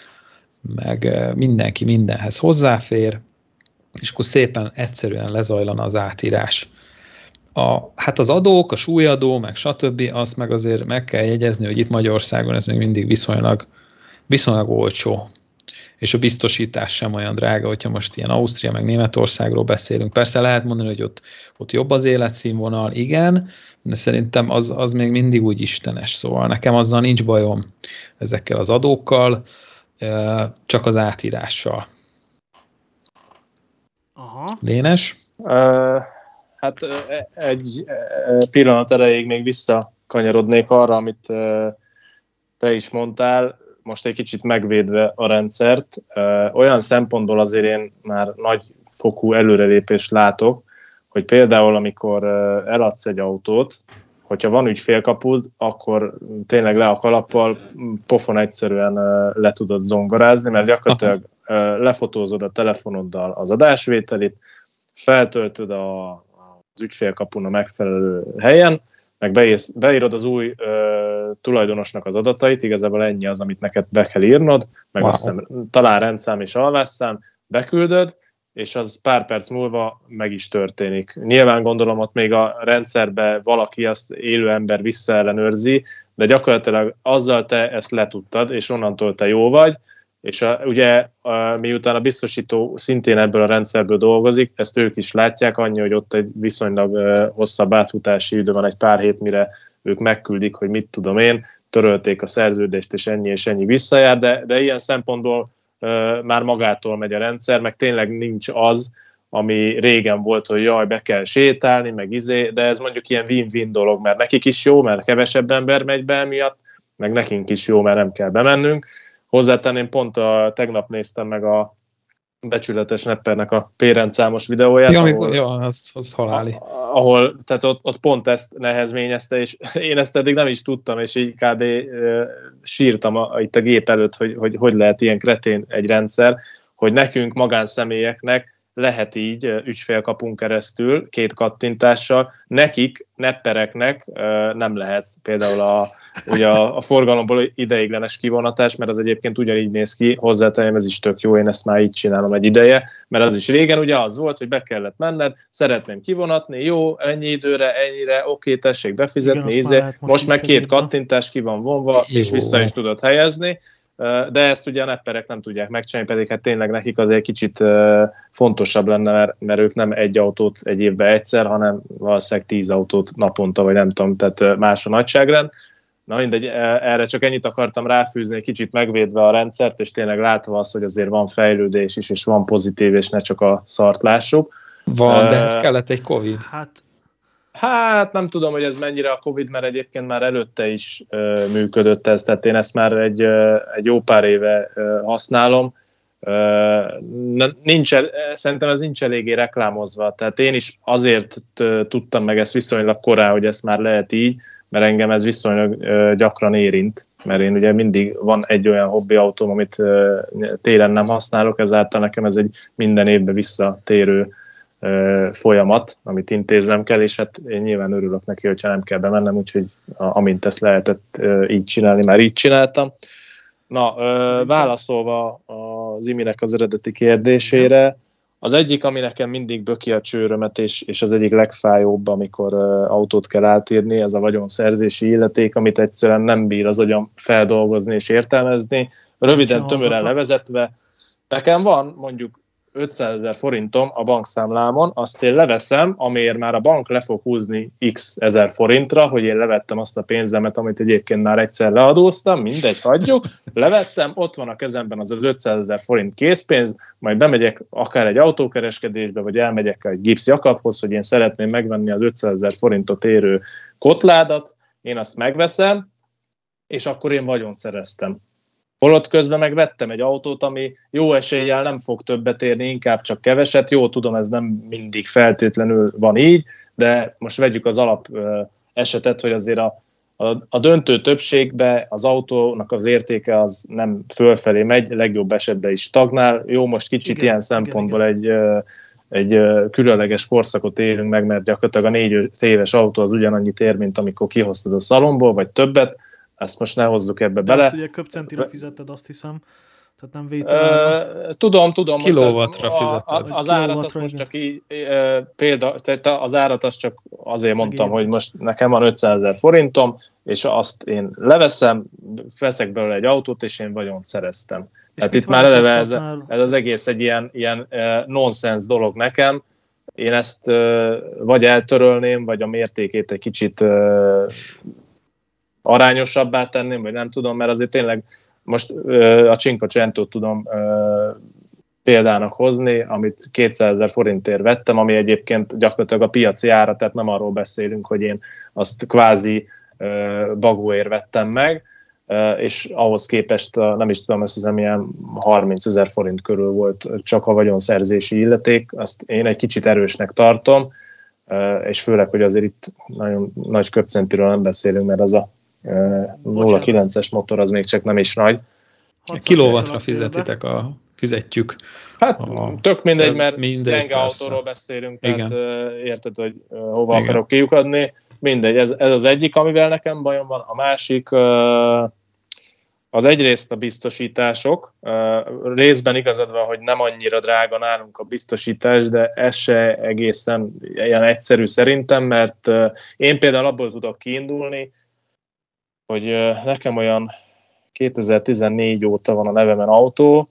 meg mindenki mindenhez hozzáfér, és akkor szépen egyszerűen lezajlana az átírás. A, hát az adók, a súlyadó, meg stb., azt meg azért meg kell jegyezni, hogy itt Magyarországon ez még mindig viszonylag, viszonylag olcsó, és a biztosítás sem olyan drága, hogyha most ilyen Ausztria, meg Németországról beszélünk. Persze lehet mondani, hogy ott, ott jobb az életszínvonal, igen, de szerintem az, az még mindig úgy istenes, szóval nekem azzal nincs bajom ezekkel az adókkal, csak az átírással. Aha. Dénes? Uh, hát egy pillanat erejéig még visszakanyarodnék arra, amit te is mondtál, most egy kicsit megvédve a rendszert. Olyan szempontból azért én már nagy fokú előrelépést látok, hogy például amikor eladsz egy autót, hogyha van ügyfélkapud, akkor tényleg le a kalappal pofon egyszerűen le tudod zongorázni, mert gyakorlatilag Aha. lefotózod a telefonoddal az adásvételit, feltöltöd a, az ügyfélkapun a megfelelő helyen, meg beírsz, beírod az új ö, tulajdonosnak az adatait, igazából ennyi az, amit neked be kell írnod, meg wow. Aztán talán rendszám és alvásszám, beküldöd, és az pár perc múlva meg is történik. Nyilván gondolom, ott még a rendszerbe valaki, azt élő ember visszaellenőrzi, de gyakorlatilag azzal te ezt letudtad, és onnantól te jó vagy, és a, ugye a, miután a biztosító szintén ebből a rendszerből dolgozik, ezt ők is látják, annyi, hogy ott egy viszonylag uh, hosszabb átfutási idő van, egy pár hét, mire ők megküldik, hogy mit tudom én, törölték a szerződést, és ennyi és ennyi visszajár, de, de ilyen szempontból uh, már magától megy a rendszer, meg tényleg nincs az, ami régen volt, hogy jaj, be kell sétálni, meg izé, de ez mondjuk ilyen win-win dolog, mert nekik is jó, mert kevesebb ember megy be emiatt, meg nekünk is jó, mert nem kell bemennünk. Hozzátenném, pont a, tegnap néztem meg a becsületes Neppernek a P-rendszámos videóját, ja, ahol, ja, az, az haláli. ahol tehát ott, ott pont ezt nehezményezte, és én ezt eddig nem is tudtam, és így kb. Uh, sírtam a, itt a gép előtt, hogy, hogy hogy lehet ilyen kretén egy rendszer, hogy nekünk, magánszemélyeknek lehet így ügyfélkapunk keresztül, két kattintással, nekik, neppereknek nem lehet például a, ugye a, a forgalomból ideiglenes kivonatás, mert az egyébként ugyanígy néz ki, hozzátenem, ez is tök jó, én ezt már így csinálom egy ideje, mert az is régen ugye az volt, hogy be kellett menned, szeretném kivonatni, jó, ennyi időre, ennyire, oké, tessék befizetni, íze, most, most meg két kattintás ki van vonva, jó. És vissza is tudod helyezni, de ezt ugye a nepperek nem tudják megcsinálni, pedig hát tényleg nekik azért kicsit fontosabb lenne, mert, mert ők nem egy autót egy évben egyszer, hanem valószínűleg tíz autót naponta, vagy nem tudom, tehát más a nagyságrend. Na mindegy, erre csak ennyit akartam ráfűzni, egy kicsit megvédve a rendszert, és tényleg látva azt, hogy azért van fejlődés is, és van pozitív, és ne csak a szart lássuk. Van, de ez kellett egy Covid. Hát Hát nem tudom, hogy ez mennyire a Covid, mert egyébként már előtte is ö, működött ez, tehát én ezt már egy, ö, egy jó pár éve ö, használom. Ö, nincs, szerintem ez nincs eléggé reklámozva, tehát én is azért ö, tudtam meg ezt viszonylag korán, hogy ezt már lehet így, mert engem ez viszonylag ö, gyakran érint, mert én ugye mindig van egy olyan hobbiautóm, amit ö, télen nem használok, ezáltal nekem ez egy minden évben visszatérő folyamat, amit intéznem kell, és hát én nyilván örülök neki, hogyha nem kell bemennem, úgyhogy amint ezt lehetett így csinálni, már így csináltam. Na, válaszolva az Iminek az eredeti kérdésére, az egyik, ami nekem mindig böki a csőrömet, és, és az egyik legfájóbb, amikor autót kell átírni, ez a vagyonszerzési illeték, amit egyszerűen nem bír az agyam feldolgozni és értelmezni. Röviden, tömören levezetve, nekem van mondjuk ötszázezer forintom a bankszámlámon, azt én leveszem, amiért már a bank le fog húzni x ezer forintra, hogy én levettem azt a pénzemet, amit egyébként már egyszer leadóztam, mindegy, hagyjuk, levettem, ott van a kezemben az az ötszázezer forint készpénz, majd bemegyek akár egy autókereskedésbe, vagy elmegyek egy Gibbs Jakabhoz, hogy én szeretném megvenni az ötszázezer forintot érő kotládat, én azt megveszem, és akkor én vagyon szereztem. Holott közben meg vettem egy autót, ami jó eséllyel nem fog többet érni, inkább csak keveset. Jó, tudom, ez nem mindig feltétlenül van így, de most vegyük az alap esetet, hogy azért a, a, a döntő többségben az autónak az értéke az nem fölfelé megy, legjobb esetben is stagnál. Jó, most kicsit igen, ilyen szempontból igen, igen. egy, egy különleges korszakot élünk meg, mert gyakorlatilag a négy éves autó az ugyanannyit ér, mint amikor kihoztad a szalomból, vagy többet. Ezt most ne hozzuk ebbe de bele. Azt ugye köbcentire fizetted, azt hiszem. Tehát nem vétel. Uh, tudom, tudom. Kilowattra fizetted. Az árat azt most csak így, uh, példa, az árat azt csak azért mondtam, igen, hogy most nekem van ötszázezer forintom, és azt én leveszem, veszek belőle egy autót, és én vagyont szereztem. És tehát itt már eleve ez, ez az egész egy ilyen, ilyen uh, nonsens dolog nekem. Én ezt uh, vagy eltörölném, vagy a mértékét egy kicsit uh, arányosabbá tenném, vagy nem tudom, mert azért tényleg most ö, a Cinquecentót tudom ö, példának hozni, amit kétszázezer forintért vettem, ami egyébként gyakorlatilag a piaci ára, tehát nem arról beszélünk, hogy én azt kvázi ö, bagóért vettem meg, ö, és ahhoz képest, a, nem is tudom, azt hiszem, ilyen harmincezer forint körül volt csak a vagyonszerzési illeték, azt én egy kicsit erősnek tartom, ö, és főleg, hogy azért itt nagyon nagy köbcentiről nem beszélünk, mert az a nulla kilences motor az még csak nem is nagy. Kilowattra fizetitek a, fizetjük. Hát a, tök mindegy, mert gyenge autóról beszélünk, tehát igen, érted, hogy hova igen, akarok kiukadni. Mindegy, ez, ez az egyik, amivel nekem bajom van. A másik az egyrészt a biztosítások. Részben igazad van, hogy nem annyira drága nálunk a biztosítás, de ez se egészen ilyen egyszerű szerintem, mert én például abból tudok kiindulni, hogy nekem olyan kétezer-tizennégy óta van a nevemen autó,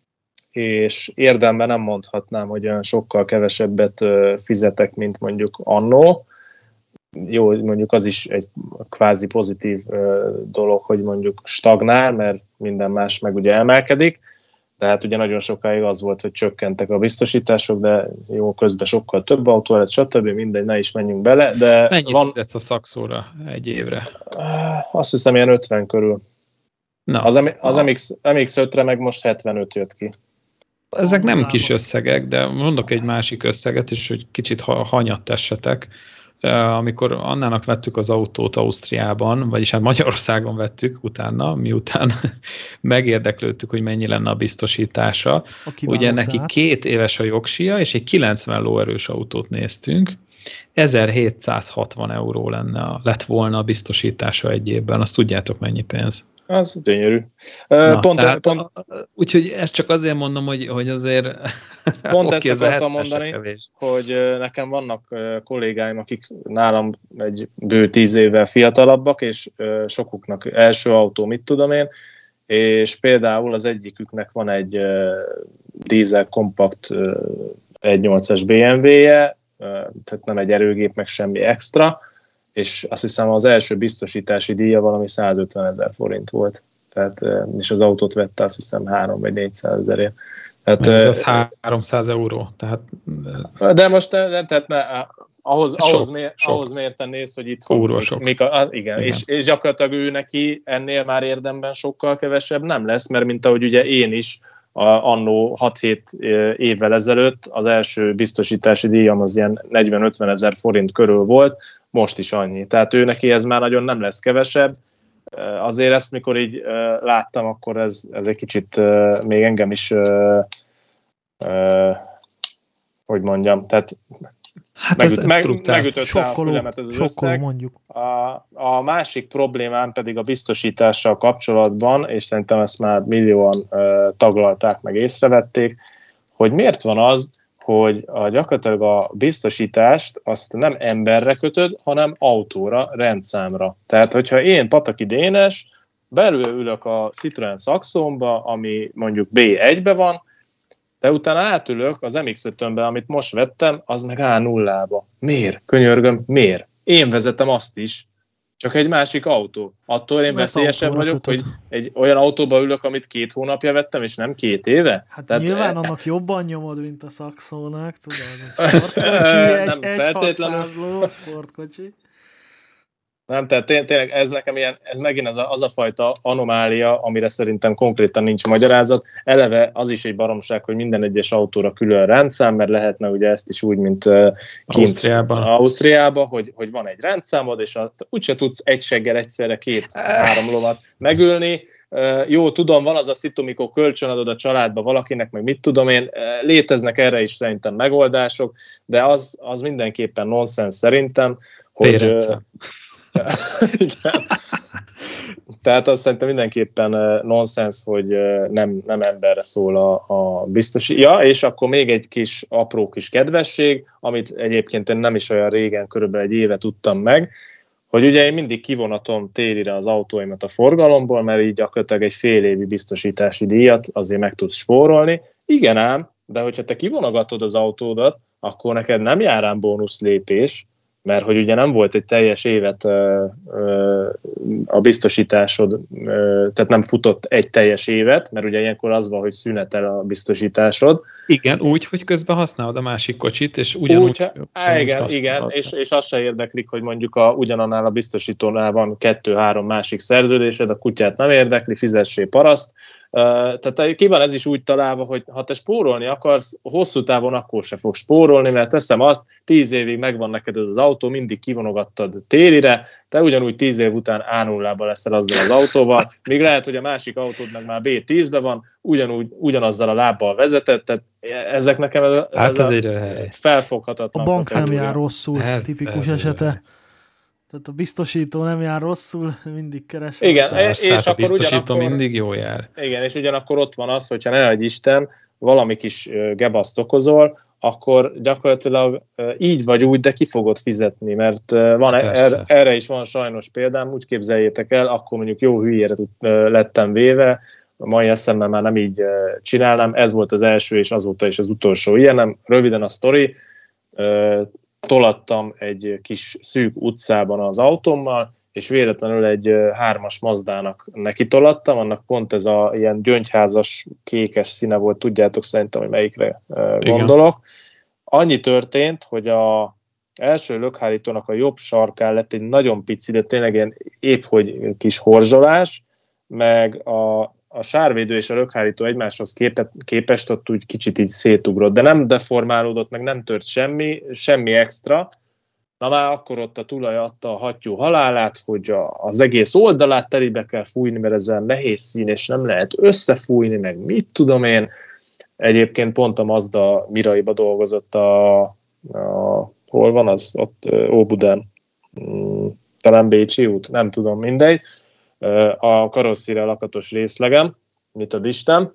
és érdemben nem mondhatnám, hogy olyan sokkal kevesebbet fizetek, mint mondjuk annó. Jó, mondjuk az is egy kvázi pozitív dolog, hogy mondjuk stagnál, mert minden más meg ugye emelkedik, de hát ugye nagyon sokáig az volt, hogy csökkentek a biztosítások, de jó, közben sokkal több autó lett, stb. Mindegy, ne is menjünk bele. De mennyit van... fizetsz a szakszóra egy évre? Azt hiszem, ilyen ötven körül. Na, az az em iksz ötre meg most hetvenöt jött ki. Ezek nem kis összegek, de mondok egy másik összeget is, hogy kicsit hanyat tessetek. Amikor Annának vettük az autót Ausztriában, vagyis hát Magyarországon vettük utána, miután megérdeklődtük, hogy mennyi lenne a biztosítása. A ugye neki két éves a jogsia, és egy kilencven lóerős autót néztünk. ezerhétszázhatvan euró lenne, lett volna a biztosítása egy évben. Azt tudjátok, mennyi pénz? Az gyönyörű. Na, pont, tehát, pont, úgyhogy ezt csak azért mondom, hogy, hogy azért... Pont ezt akartam mondani, hogy nekem vannak kollégáim, akik nálam egy bő tíz évvel fiatalabbak, és sokuknak első autó, mit tudom én, és például az egyiküknek van egy dízel kompakt egy nyolcas bé em vé-je, tehát nem egy erőgép, meg semmi extra, és azt hiszem az első biztosítási díja valami százötven ezer forint volt. Tehát, és az autót vette azt hiszem három vagy négyszáz ezerért. Hát, ez háromszáz euró. Tehát... De most de, tehát ne, ahhoz, sok, ahhoz, mér, ahhoz mérten néz, hogy itt Euró sok. Mik a, az, igen, igen. És, és gyakorlatilag ő neki ennél már érdemben sokkal kevesebb nem lesz, mert mint ahogy ugye én is a, annó hat-hét évvel ezelőtt az első biztosítási díjam az ilyen negyven-ötven ezer forint körül volt, most is annyi. Tehát ő neki ez már nagyon nem lesz kevesebb. Azért ezt, mikor így láttam, akkor ez, ez egy kicsit még engem is, hogy mondjam, tehát hát megüt, ez, ez meg, megütötte sokkoló, a fülemet ez az sokkoló, összeg. mondjuk. A, a másik problémám pedig a biztosítással kapcsolatban, és szerintem ezt már millióan taglalták, meg észrevették, hogy miért van az, hogy a, gyakorlatilag a biztosítást azt nem emberre kötöd, hanem autóra, rendszámra. Tehát, hogyha én Pataki Dénes belülök a Citroen Saxonba, ami mondjuk bé egybe van, de utána átülök az em iksz ötönbe, amit most vettem, az meg á nullába. Miért? Könyörgöm, miért? Én vezetem azt is, csak egy másik autó. Attól én veszélyesebb vagyok, kötöd. Hogy egy olyan autóba ülök, amit két hónapja vettem, és nem két éve? Hát tehát nyilván e... annak jobban nyomod, mint a Saxónak, tudod? Sportkocsi, egy hatszáz ló sportkocsi. Nem, tehát tényleg ez nekem ilyen, ez megint az a, az a fajta anomália, amire szerintem konkrétan nincs magyarázat. Eleve az is egy baromság, hogy minden egyes autóra külön rendszám, mert lehetne ugye ezt is úgy, mint kint Ausztriában, Ausztriában hogy, hogy van egy rendszámod, és úgyse tudsz egy seggel egyszerre két-három lovat megülni. Jó, tudom, van az a szitu, mikor kölcsönadod a családba valakinek, meg mit tudom én, léteznek erre is szerintem megoldások, de az, az mindenképpen nonsens szerintem, hogy... Igen. Tehát azt szerintem mindenképpen nonsens, hogy nem, nem emberre szól a, a biztosítás. Ja, és akkor még egy kis apró kis kedvesség, amit egyébként én nem is olyan régen, körülbelül egy éve tudtam meg, hogy ugye én mindig kivonatom télire az autóimat a forgalomból, mert így gyakorlatilag egy fél évi biztosítási díjat azért meg tudsz spórolni. Igen ám, de hogyha te kivonogatod az autódat, akkor neked nem jár ám bónusz lépés, mert hogy ugye nem volt egy teljes évet ö, ö, a biztosításod, ö, tehát nem futott egy teljes évet, mert ugye ilyenkor az van, hogy szünetel a biztosításod. Igen, úgy, hogy közben használod a másik kocsit, és ugyanúgy... Úgy, á, igen, igen, és, és azt se érdeklik, hogy mondjuk a, ugyanannál a biztosítónál van kettő-három másik szerződésed, a kutyát nem érdekli, fizessé paraszt. Uh, tehát ki van ez is úgy találva, hogy ha te spórolni akarsz, hosszú távon akkor se fogsz spórolni, mert teszem azt, tíz évig megvan neked ez az autó, mindig kivonogattad télire, te ugyanúgy tíz év után á nullában leszel azzal az autóval, még lehet, hogy a másik autód meg már bé tízben van, ugyanúgy, ugyanazzal a lábbal vezetett, tehát ezek nekem ez, hát ez a felfoghatatlan. A bank nem jár rosszul, ez, tipikus ez esete. Tehát a biztosító nem jár rosszul, mindig keres. Igen, és, és a akkor biztosító ugyanakkor, mindig jó jár. Igen, és ugyanakkor ott van az, hogyha ne adj Isten, valami kis gebaszt okozol, akkor gyakorlatilag így vagy úgy, de ki fogod fizetni, mert van er, erre is van sajnos példám, úgy képzeljétek el, akkor mondjuk jó hülyére lettem véve, a mai eszemmel már nem így csinálnám, ez volt az első és azóta is az utolsó ilyenem. Röviden a sztori, tolattam egy kis szűk utcában az autómmal, és véletlenül egy hármas Mazdának neki tolattam, annak pont ez a ilyen gyöngyházas, kékes színe volt, tudjátok szerintem, hogy melyikre gondolok. Igen. Annyi történt, hogy a első lökhárítónak a jobb sarkán lett egy nagyon pici, de tényleg ilyen épp hogy kis horzsolás, meg a, a sárvédő és a lökhárító egymáshoz képet, képest ott úgy kicsit így szétugrott, de nem deformálódott, meg nem tört semmi, semmi extra. Na már akkor ott a tulaj adta a hattyú halálát, hogy a, az egész oldalát telibe kell fújni, mert ez olyan nehéz szín, és nem lehet összefújni, meg mit tudom én. Egyébként pont a Mazda Miraiba dolgozott a, a hol van az? Ott Óbudán. Talán Bécsi út, nem tudom, mindegy. A karosszíre lakatos részlegem, mit ad Isten.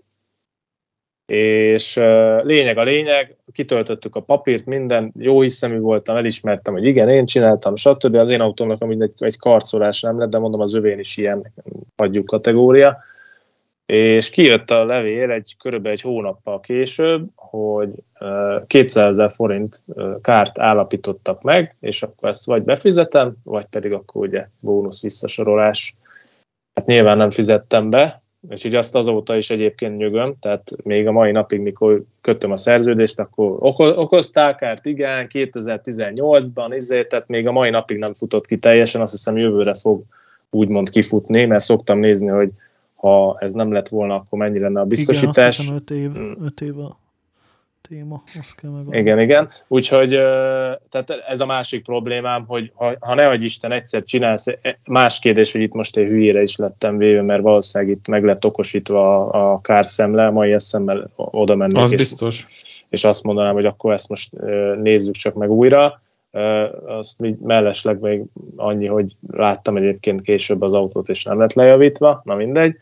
És lényeg a lényeg, kitöltöttük a papírt, minden, jó hiszemű voltam, elismertem, hogy igen, én csináltam, stb. Az én autómnak amúgy egy, egy karcolás nem lett, de mondom, az övén is ilyen hagyjuk kategória. És kijött a levél egy körülbelül egy hónappal később, hogy kétszázezer forint kárt állapítottak meg, és akkor ezt vagy befizetem, vagy pedig akkor ugye bónusz visszasorolás. Hát nyilván nem fizettem be, Úgyhogy azt azóta is egyébként nyögöm, tehát még a mai napig, mikor kötöm a szerződést, akkor okoztál kárt, igen, kétezer-tizennyolcban, izé, tehát még a mai napig nem futott ki teljesen, azt hiszem jövőre fog úgymond kifutni, mert szoktam nézni, hogy ha ez nem lett volna, akkor mennyi lenne a biztosítás. Igen, azt hiszem öt év, öt év a téma. Azt kell megadni. Igen, igen. Úgyhogy tehát ez a másik problémám, hogy ha, ha ne adj Isten egyszer csinálsz, más kérdés, hogy itt most egy hülyére is lettem véve, mert valószínűleg itt meg lett okosítva a, a kárszemle, mai eszemmel oda mennék. Az és, biztos. És azt mondanám, hogy akkor ezt most nézzük csak meg újra. Azt mellesleg még annyi, hogy láttam egyébként később az autót, és nem lett lejavítva, na mindegy.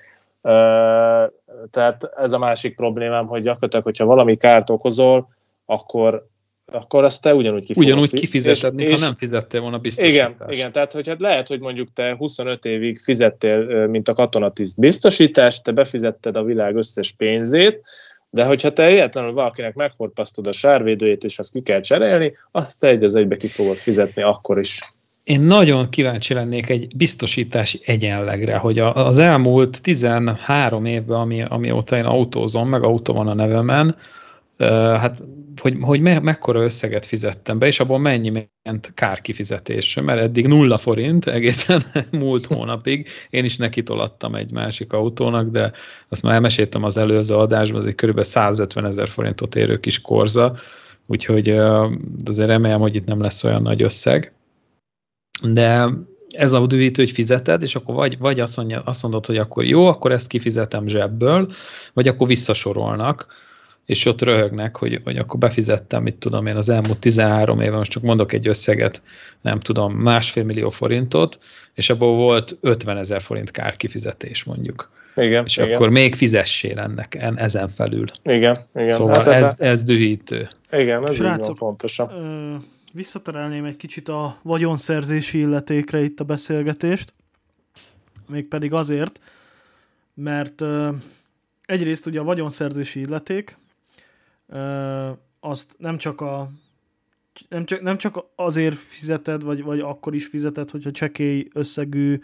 Tehát ez a másik problémám, hogy gyakorlatilag, hogyha valami kárt okozol, akkor, akkor azt te ugyanúgy ki Ugyanúgy fi- kifizeted, mintha és, nem fizettél volna biztosítást. Igen, igen, tehát hogy hát lehet, hogy mondjuk te huszonöt évig fizettél, mint a katonatiszt biztosítást, te befizetted a világ összes pénzét, de hogyha te egyetlenül valakinek meghorpasztod a sárvédőjét, és azt ki kell cserélni, azt te egy az egybe ki fogod fizetni akkor is. Én nagyon kíváncsi lennék egy biztosítási egyenlegre, hogy az elmúlt tizenhárom évben, ami, amióta én autózom, meg autó van a nevemen, hát hogy, hogy me, mekkora összeget fizettem be, és abból mennyi ment kárkifizetésre, mert eddig nulla forint egészen múlt hónapig. Én is nekitolattam egy másik autónak, de azt már elmeséltem az előző adásban, az egy kb. százötven ezer forintot érő kis Corsa, úgyhogy azért remélem, hogy itt nem lesz olyan nagy összeg. De ez a dühítő, hogy fizeted, és akkor vagy, vagy azt, mondja, azt mondod, hogy akkor jó, akkor ezt kifizetem zsebből, vagy akkor visszasorolnak, és ott röhögnek, hogy, hogy akkor befizettem, mit tudom én, az elmúlt tizenhárom éve, most csak mondok egy összeget, nem tudom, másfél millió forintot, és abból volt ötven ezer forint kárkifizetés mondjuk. Igen, és igen. akkor még fizessél ennek ezen felül. Igen, igen. Szóval hát ez, ez, ez dühítő. Igen, ez Srácok, így van pontosan. Ö, visszaterelném egy kicsit a vagyonszerzési illetékre itt a beszélgetést, mégpedig azért, mert ö, egyrészt ugye a vagyonszerzési illeték ö, azt nem csak a nem csak, nem csak azért fizeted, vagy, vagy akkor is fizeted, hogyha csekély összegű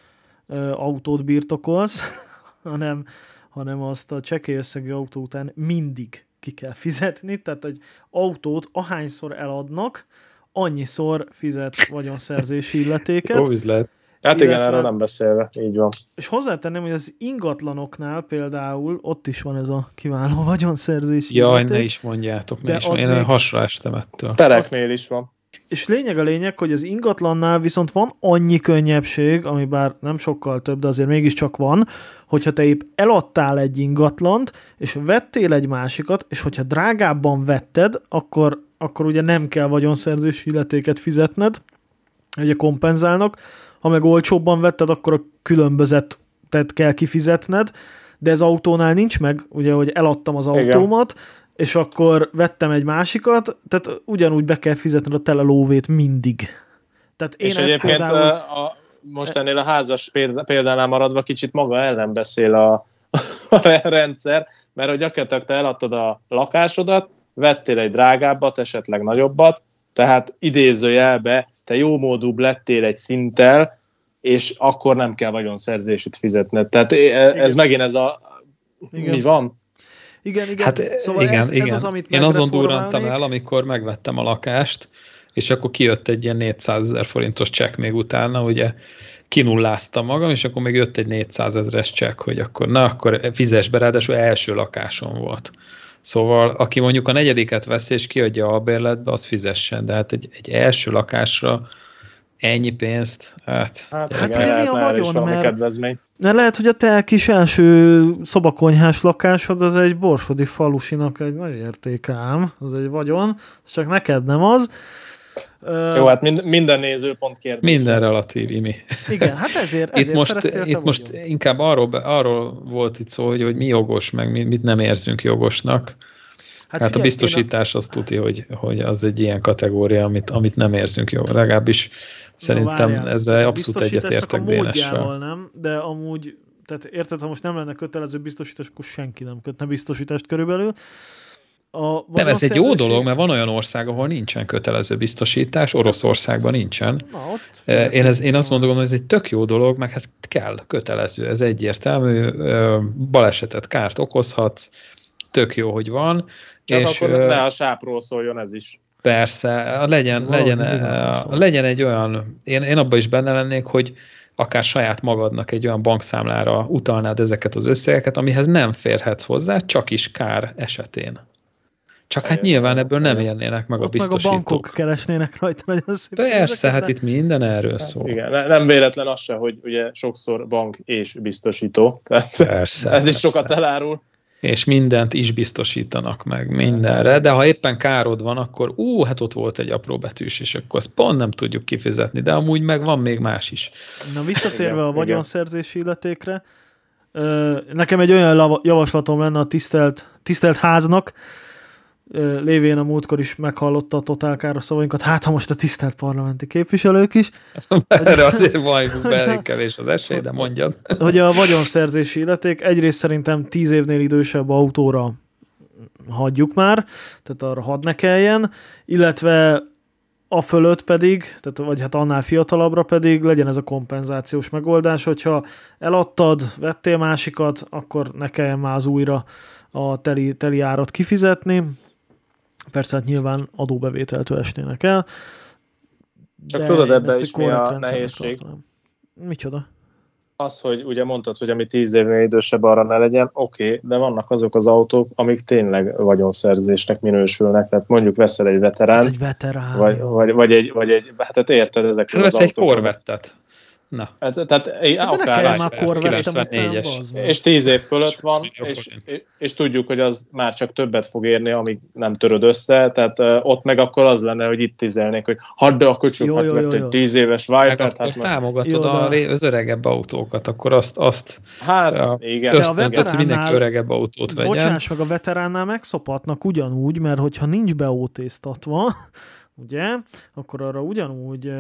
ö, autót birtokolsz, hanem, hanem azt a csekély összegű autó után mindig ki kell fizetni, tehát egy autót ahányszor eladnak, annyiszor fizet vagyonszerzési illetéket. Jó üzlet. Hát illetve, igen, erről nem beszélve, így van. És hozzátenném, hogy az ingatlanoknál például ott is van ez a kiváló vagyonszerzési Jaj, illeték. ne is mondjátok, ne De is az Én még... hasra estem ettől. Tereknél is van. És lényeg a lényeg, hogy az ingatlannál viszont van annyi könnyebbség, ami bár nem sokkal több, de azért mégiscsak van, hogyha te épp eladtál egy ingatlant, és vettél egy másikat, és hogyha drágábban vetted, akkor, akkor ugye nem kell vagyonszerzési illetéket fizetned, ugye kompenzálnak, ha meg olcsóbban vetted, akkor a különbözetet kell kifizetned, de ez autónál nincs meg, ugye, hogy eladtam az autómat, igen. És akkor vettem egy másikat, tehát ugyanúgy be kell fizetned a tele lóvét mindig. Tehát én és egyébként például... a, most ennél a házas példánál maradva kicsit maga ellen beszél a, a rendszer, mert hogy gyakorlatilag te eladtad a lakásodat, vettél egy drágábbat, esetleg nagyobbat, tehát idézőjelbe te jómódúbb lettél egy szinttel, és akkor nem kell vagyonszerzését fizetned. Tehát ez igen. Megint ez a... Igen. Mi van? Igen, igen. Hát szóval igen, ez, igen. ez az, amit én azon durrantam el, amikor megvettem a lakást, és akkor kijött egy ilyen négyszázezer forintos csekk még utána, ugye kinulláztam magam, és akkor még jött egy négyszázezres csekk, hogy akkor na, akkor fizess be, ráadásul első lakásom volt. Szóval aki mondjuk a negyediket veszi, és kiadja a bérletbe, az fizessen, de hát egy, egy első lakásra ennyi pénzt, hát... Hát, hát ugye mi a vagyon, mert, kedvezmény. mert lehet, hogy a te kis első szobakonyhás lakásod az egy borsodi falusinak egy nagy értéke ám, az egy vagyon, az csak neked nem az. Jó, hát mind, minden nézőpont kérdés. Minden relatív, Imi. Igen, hát ezért, ezért itt most, szereztél itt te most vagyon. inkább arról, arról volt itt szó, hogy, hogy mi jogos, meg mi, mit nem érzünk jogosnak. Hát, hát figyelj, a biztosítás a... azt tudja, hogy, hogy az egy ilyen kategória, amit, amit nem érzünk jogosnak. Legalábbis szerintem várjál, ezzel abszolút egyetértek Dénessel. Nem, de amúgy, tehát érted, ha most nem lenne kötelező biztosítás, akkor senki nem kötne biztosítást körülbelül. A nem, ez egy jó dolog, mert van olyan ország, ahol nincsen kötelező biztosítás, Oroszországban nincsen. Na, én, ez, én azt mondom, hogy ez egy tök jó dolog, meg hát kell, kötelező, ez egyértelmű, balesetet, kárt okozhatsz, tök jó, hogy van. Csak és, akkor ne a sápról szóljon ez is. Persze, legyen, legyen, legyen egy olyan, én, én abban is benne lennék, hogy akár saját magadnak egy olyan bankszámlára utalnád ezeket az összegeket, amihez nem férhetsz hozzá, csak is kár esetén. Csak hát nyilván ebből nem élnének meg a biztosítók. Meg a bankok keresnének rajta nagyon szépen. Persze, hát itt minden erről szól. Igen, nem véletlen az se, hogy ugye sokszor bank és biztosító. Tehát persze, ez persze. is sokat elárul. És mindent is biztosítanak meg mindenre, de ha éppen károd van, akkor ú, hát ott volt egy apró betűs, és akkor azt pont nem tudjuk kifizetni, de amúgy meg van még más is. Na visszatérve igen, a vagyonszerzési illetékre, nekem egy olyan javaslatom lenne a tisztelt, tisztelt háznak, lévén a múltkor is meghallotta a totálkára szavainkat, hát ha most a tisztelt parlamenti képviselők is. Erre azért vajgunk be, elég kevés az esély, de mondjad. Hogy a vagyonszerzési illeték egyrészt szerintem tíz évnél idősebb autóra hagyjuk már, tehát arra hadd ne kelljen, illetve a fölött pedig, tehát, vagy hát annál fiatalabbra pedig legyen ez a kompenzációs megoldás, hogyha eladtad, vettél másikat, akkor ne kelljen már az újra a teli, teli árat kifizetni. Persze hát nyilván adóbevételtől esnének el. Csak tudod, ebben is mi a nehézség? Tartanám. Micsoda? Az, hogy ugye mondtad, hogy ami tíz évnél idősebb, arra ne legyen, oké, okay, de vannak azok az autók, amik tényleg vagyonszerzésnek minősülnek, tehát mondjuk veszel egy veterán, hát egy veterán vagy, vagy, vagy, egy, vagy egy, hát érted ezekről az autók. Vesz egy Corvettet. Na. Hát, tehát hát akár már kilencvennégyes. És tíz év fölött van, és, és, és tudjuk, hogy az már csak többet fog érni, amíg nem töröd össze, tehát uh, ott meg akkor az lenne, hogy itt tízelnék, hogy hadd de a köcsög, hát vett egy tíz éves Vipert. Hát támogatod a, az öregebb autókat, akkor azt, azt hát, igen. ösztönzött, hogy mindenki öregebb autót vegyen. Bocsáss meg, a veteránnál megszopatnak ugyanúgy, mert hogyha nincs beótéztatva, ugye, akkor arra ugyanúgy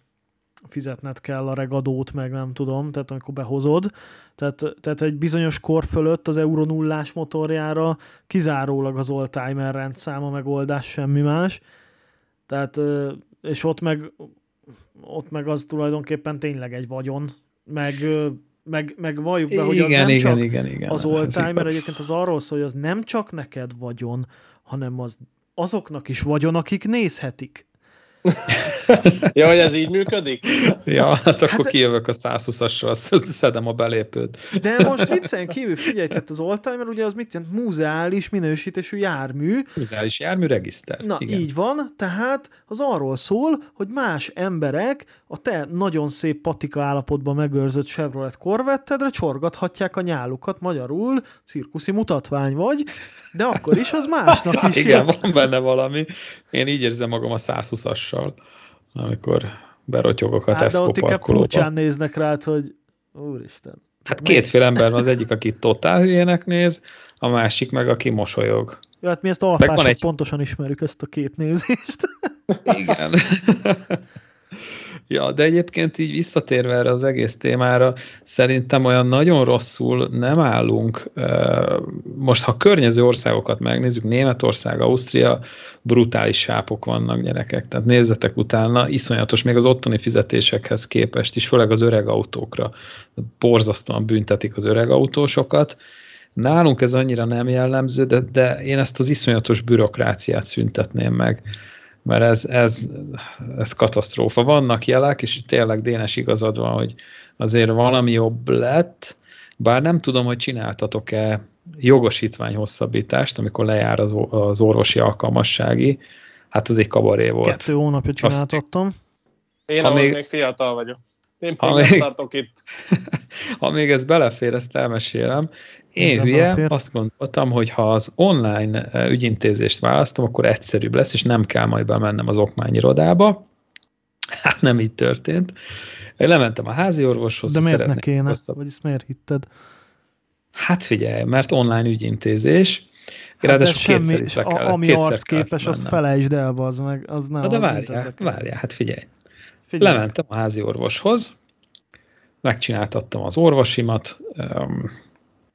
fizetned kell a regadót, meg nem tudom, tehát amikor behozod. Tehát, tehát egy bizonyos kor fölött az Euro nullás motorjára kizárólag az oldtimer rendszám a megoldás, semmi más. Tehát, és ott meg, ott meg az tulajdonképpen tényleg egy vagyon, meg, meg, meg valljuk be, hogy az igen, nem igen, csak igen, igen, az oldtimer, egyébként az arról szól, hogy az nem csak neked vagyon, hanem az azoknak is vagyon, akik nézhetik. Ja, hogy ez így működik? Ja, hát akkor hát, kijövök a százhúszassal, szedem a belépőt. De most viccen kívül figyelj, tehát az oldtimer ugye az mit jelent? Múzeális minősítésű jármű. Múzeális jármű regiszter. Na, igen. Így van, tehát az arról szól, hogy más emberek a te nagyon szép patika állapotban megőrzött Chevrolet Corvettedre csorgathatják a nyálukat, magyarul cirkuszi mutatvány vagy, de akkor is az másnak is. Igen, van benne valami. Én így érzem magam a százhúszassal, amikor berotyogok a hát, Tesco parkolóba. Hát de ott inkább furcsán néznek rád, hogy úristen. Hát kétféle ember van, az egyik, aki totál hülyének néz, a másik meg, aki mosolyog. Ja, hát mi ezt alfások egy... pontosan ismerjük, ezt a két nézést. Igen. Ja, de egyébként így visszatérve erre az egész témára, szerintem olyan nagyon rosszul nem állunk. Most, ha környező országokat megnézzük, Németország, Ausztria, brutális sápok vannak, gyerekek. Tehát nézzetek utána, iszonyatos, még az ottani fizetésekhez képest is, főleg az öreg autókra. Borzasztóan büntetik az öreg autósokat. Nálunk ez annyira nem jellemző, de, de én ezt az iszonyatos bürokráciát szüntetném meg. Mert ez, ez, ez katasztrófa. Vannak jelek, és tényleg Dénes igazad van, hogy azért valami jobb lett, bár nem tudom, hogy csináltatok-e jogosítvány hosszabbítást, amikor lejár az, az orvosi alkalmassági. Hát az egy kabaré volt. Kettő hónapja csináltattam. Én ahhoz még, még fiatal vagyok. Én még még, nem tartok itt. Ha még ez belefér, ezt elmesélem. Én hülye, belefér. Azt gondoltam, hogy ha az online ügyintézést választom, akkor egyszerűbb lesz, és nem kell majd bemennem az okmányirodába. Hát nem így történt. Én lementem a házi orvoshoz. De miért ne kéne? Vagy ezt miért hitted? Hát figyelj, mert online ügyintézés. Hát de semmi, a, ami arcképes, azt felejtsd el, az meg. Az nem, Na de az várjál, várjál, hát figyelj. Figyelj. Lementem a házi orvoshoz, megcsináltattam az orvosimat,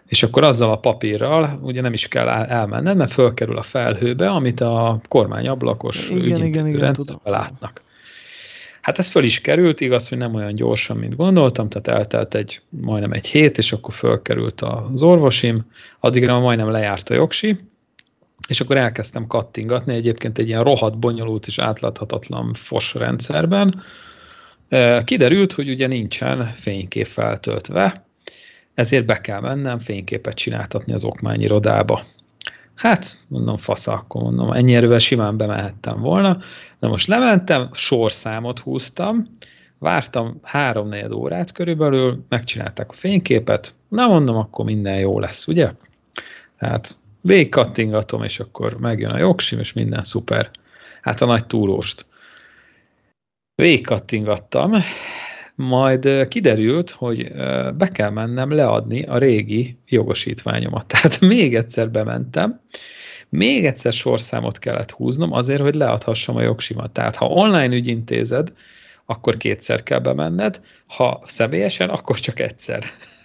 És akkor azzal a papírral ugye nem is kell elmenned, mert fölkerül a felhőbe, amit a kormányablakos ügyintéző rendszerben látnak. Hát ez föl is került, igaz, hogy nem olyan gyorsan, mint gondoltam, tehát eltelt egy, majdnem egy hét, és akkor fölkerült az orvosim, addigra majdnem lejárt a jogsi, és akkor elkezdtem kattingatni, egyébként egy ilyen rohadt bonyolult és átláthatatlan fos rendszerben. Kiderült, hogy ugye nincsen fénykép feltöltve, ezért be kell mennem fényképet csináltatni az okmányirodába. Hát, mondom, fasza, akkor mondom, ennyi erővel simán bemehettem volna. Na most lementem, sorszámot húztam, vártam háromnegyed órát körülbelül, megcsinálták a fényképet, na mondom, akkor minden jó lesz, ugye? Tehát végigkattingatom, és akkor megjön a jogsim, és minden szuper. Hát a nagy túróst. Végigkattingattam, majd kiderült, hogy be kell mennem leadni a régi jogosítványomat. Tehát még egyszer bementem, még egyszer sorszámot kellett húznom azért, hogy leadhassam a jogsimat. Tehát ha online ügyintézed, akkor kétszer kell bemenned, ha személyesen, akkor csak egyszer.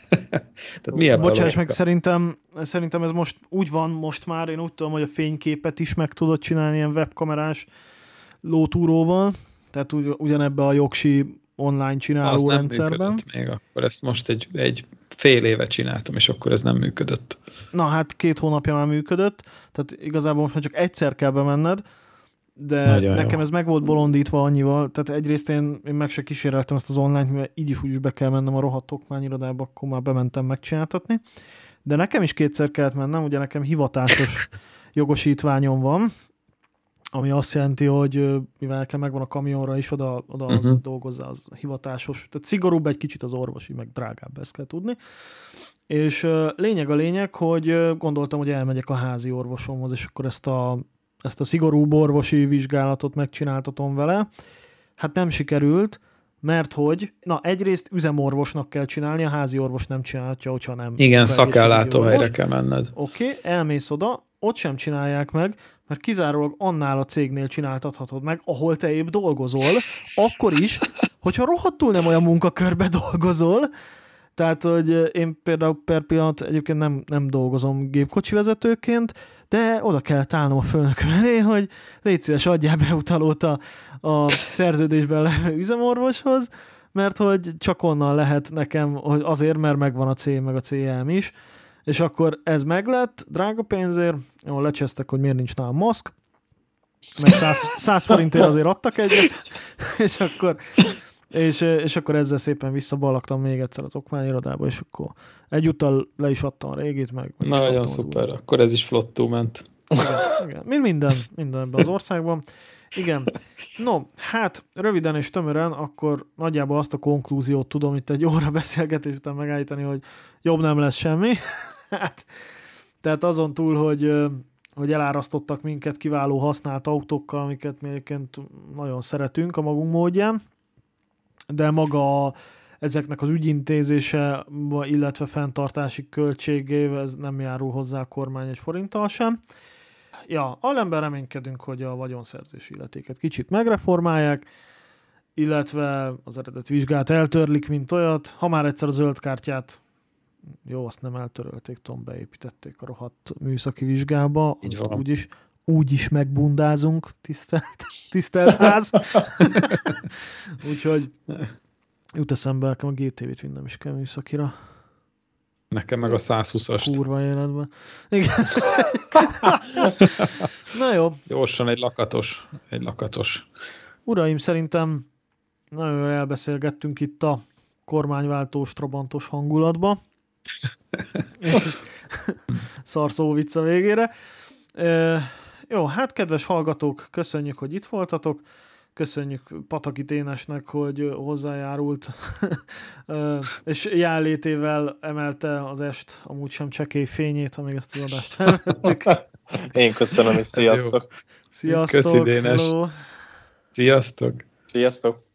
Tehát bocsáss meg, szerintem, szerintem ez most úgy van most már, én úgy tudom, hogy a fényképet is meg tudod csinálni ilyen webkamerás lótúróval, tehát ugy, ugyanebbe a jogsi online csináló az rendszerben. Nem működött még, akkor ezt most egy, egy fél éve csináltam, és akkor ez nem működött. Na hát két hónapja már működött, tehát igazából most már csak egyszer kell bemenned, de nagyon nekem jó. Ez meg volt bolondítva annyival, tehát egyrészt én, én meg se kíséreltem ezt az online, mivel így is úgy is be kell mennem a rohadt okmányirodába, akkor már bementem megcsináltatni, de nekem is kétszer kellett mennem, ugye nekem hivatásos jogosítványom van, ami azt jelenti, hogy mivel nekem megvan a kamionra is, oda, oda az uh-huh. dolgozzá, az hivatásos. Tehát szigorúbb egy kicsit az orvosi, meg drágább, ezt kell tudni. És lényeg a lényeg, hogy gondoltam, hogy elmegyek a házi orvosomhoz, és akkor ezt a, ezt a szigorúbb orvosi vizsgálatot megcsináltatom vele. Hát nem sikerült, mert hogy, na egyrészt üzemorvosnak kell csinálni, a házi orvos nem csinálhatja, hogyha nem. Igen, szakállátóhelyre kell menned. Oké, okay, elmész oda, ott sem csinálják meg, mert kizárólag annál a cégnél csináltathatod meg, ahol te épp dolgozol, akkor is, hogyha rohadtul nem olyan munkakörbe dolgozol, tehát, hogy én például per pillanat egyébként nem, nem dolgozom gépkocsi vezetőként, de oda kellett állnom a főnököm elé, hogy légy szíves, adjál be utalót a, a szerződésben levő üzemorvoshoz, mert hogy csak onnan lehet nekem, hogy azért, mert megvan a cég, meg a cé em is, és akkor ez meglett, drága pénzért, ahol lecsesztek, hogy miért nincs nálam maszk, meg száz forintért azért adtak egyet, és akkor, és, és akkor ezzel szépen visszaballagtam még egyszer az okmányirodába, és akkor egyúttal le is adtam a régit, meg, meg nagyon szuper, akkor ez is flottul ment. Igen, igen. Mind minden, minden ebben az országban. Igen. No, hát röviden és tömören, akkor nagyjából azt a konklúziót tudom itt egy óra beszélgetés után megállítani, hogy jobb nem lesz semmi. Hát, tehát azon túl, hogy, hogy elárasztottak minket kiváló használt autókkal, amiket mi egyébként nagyon szeretünk a magunk módján, de maga ezeknek az ügyintézése, illetve fenntartási költségével ez nem járul hozzá a kormány egy forinttal sem. Ja, allemben reménykedünk, hogy a vagyonszerzési illetéket kicsit megreformálják, illetve az eredet vizsgát eltörlik, mint olyat. Ha már egyszer a zöld kártyát, jó, azt nem eltörölték, tudom, beépítették a rohadt műszaki vizsgába. Úgyis, úgyis megbundázunk, tisztelt, tisztelt ház. Úgyhogy jut eszembe, nekem a gé té vét vinnem is kell műszakira. Nekem meg a száz húszast. Kurva életben. Igen. Na jó. Gyorsan egy lakatos. Egy lakatos. Uraim, szerintem nagyon elbeszélgettünk itt a kormányváltós, trabantos hangulatba. Szarszó vicca végére. E, jó, hát kedves hallgatók, köszönjük, hogy itt voltatok. Köszönjük Pataki Ténesnek, hogy hozzájárult, és jelenlétével emelte az est amúgy sem csekély fényét, amíg ezt az adást felvettük. Én köszönöm, és sziasztok! Sziasztok! Köszi, Dénes! Sziasztok! Sziasztok!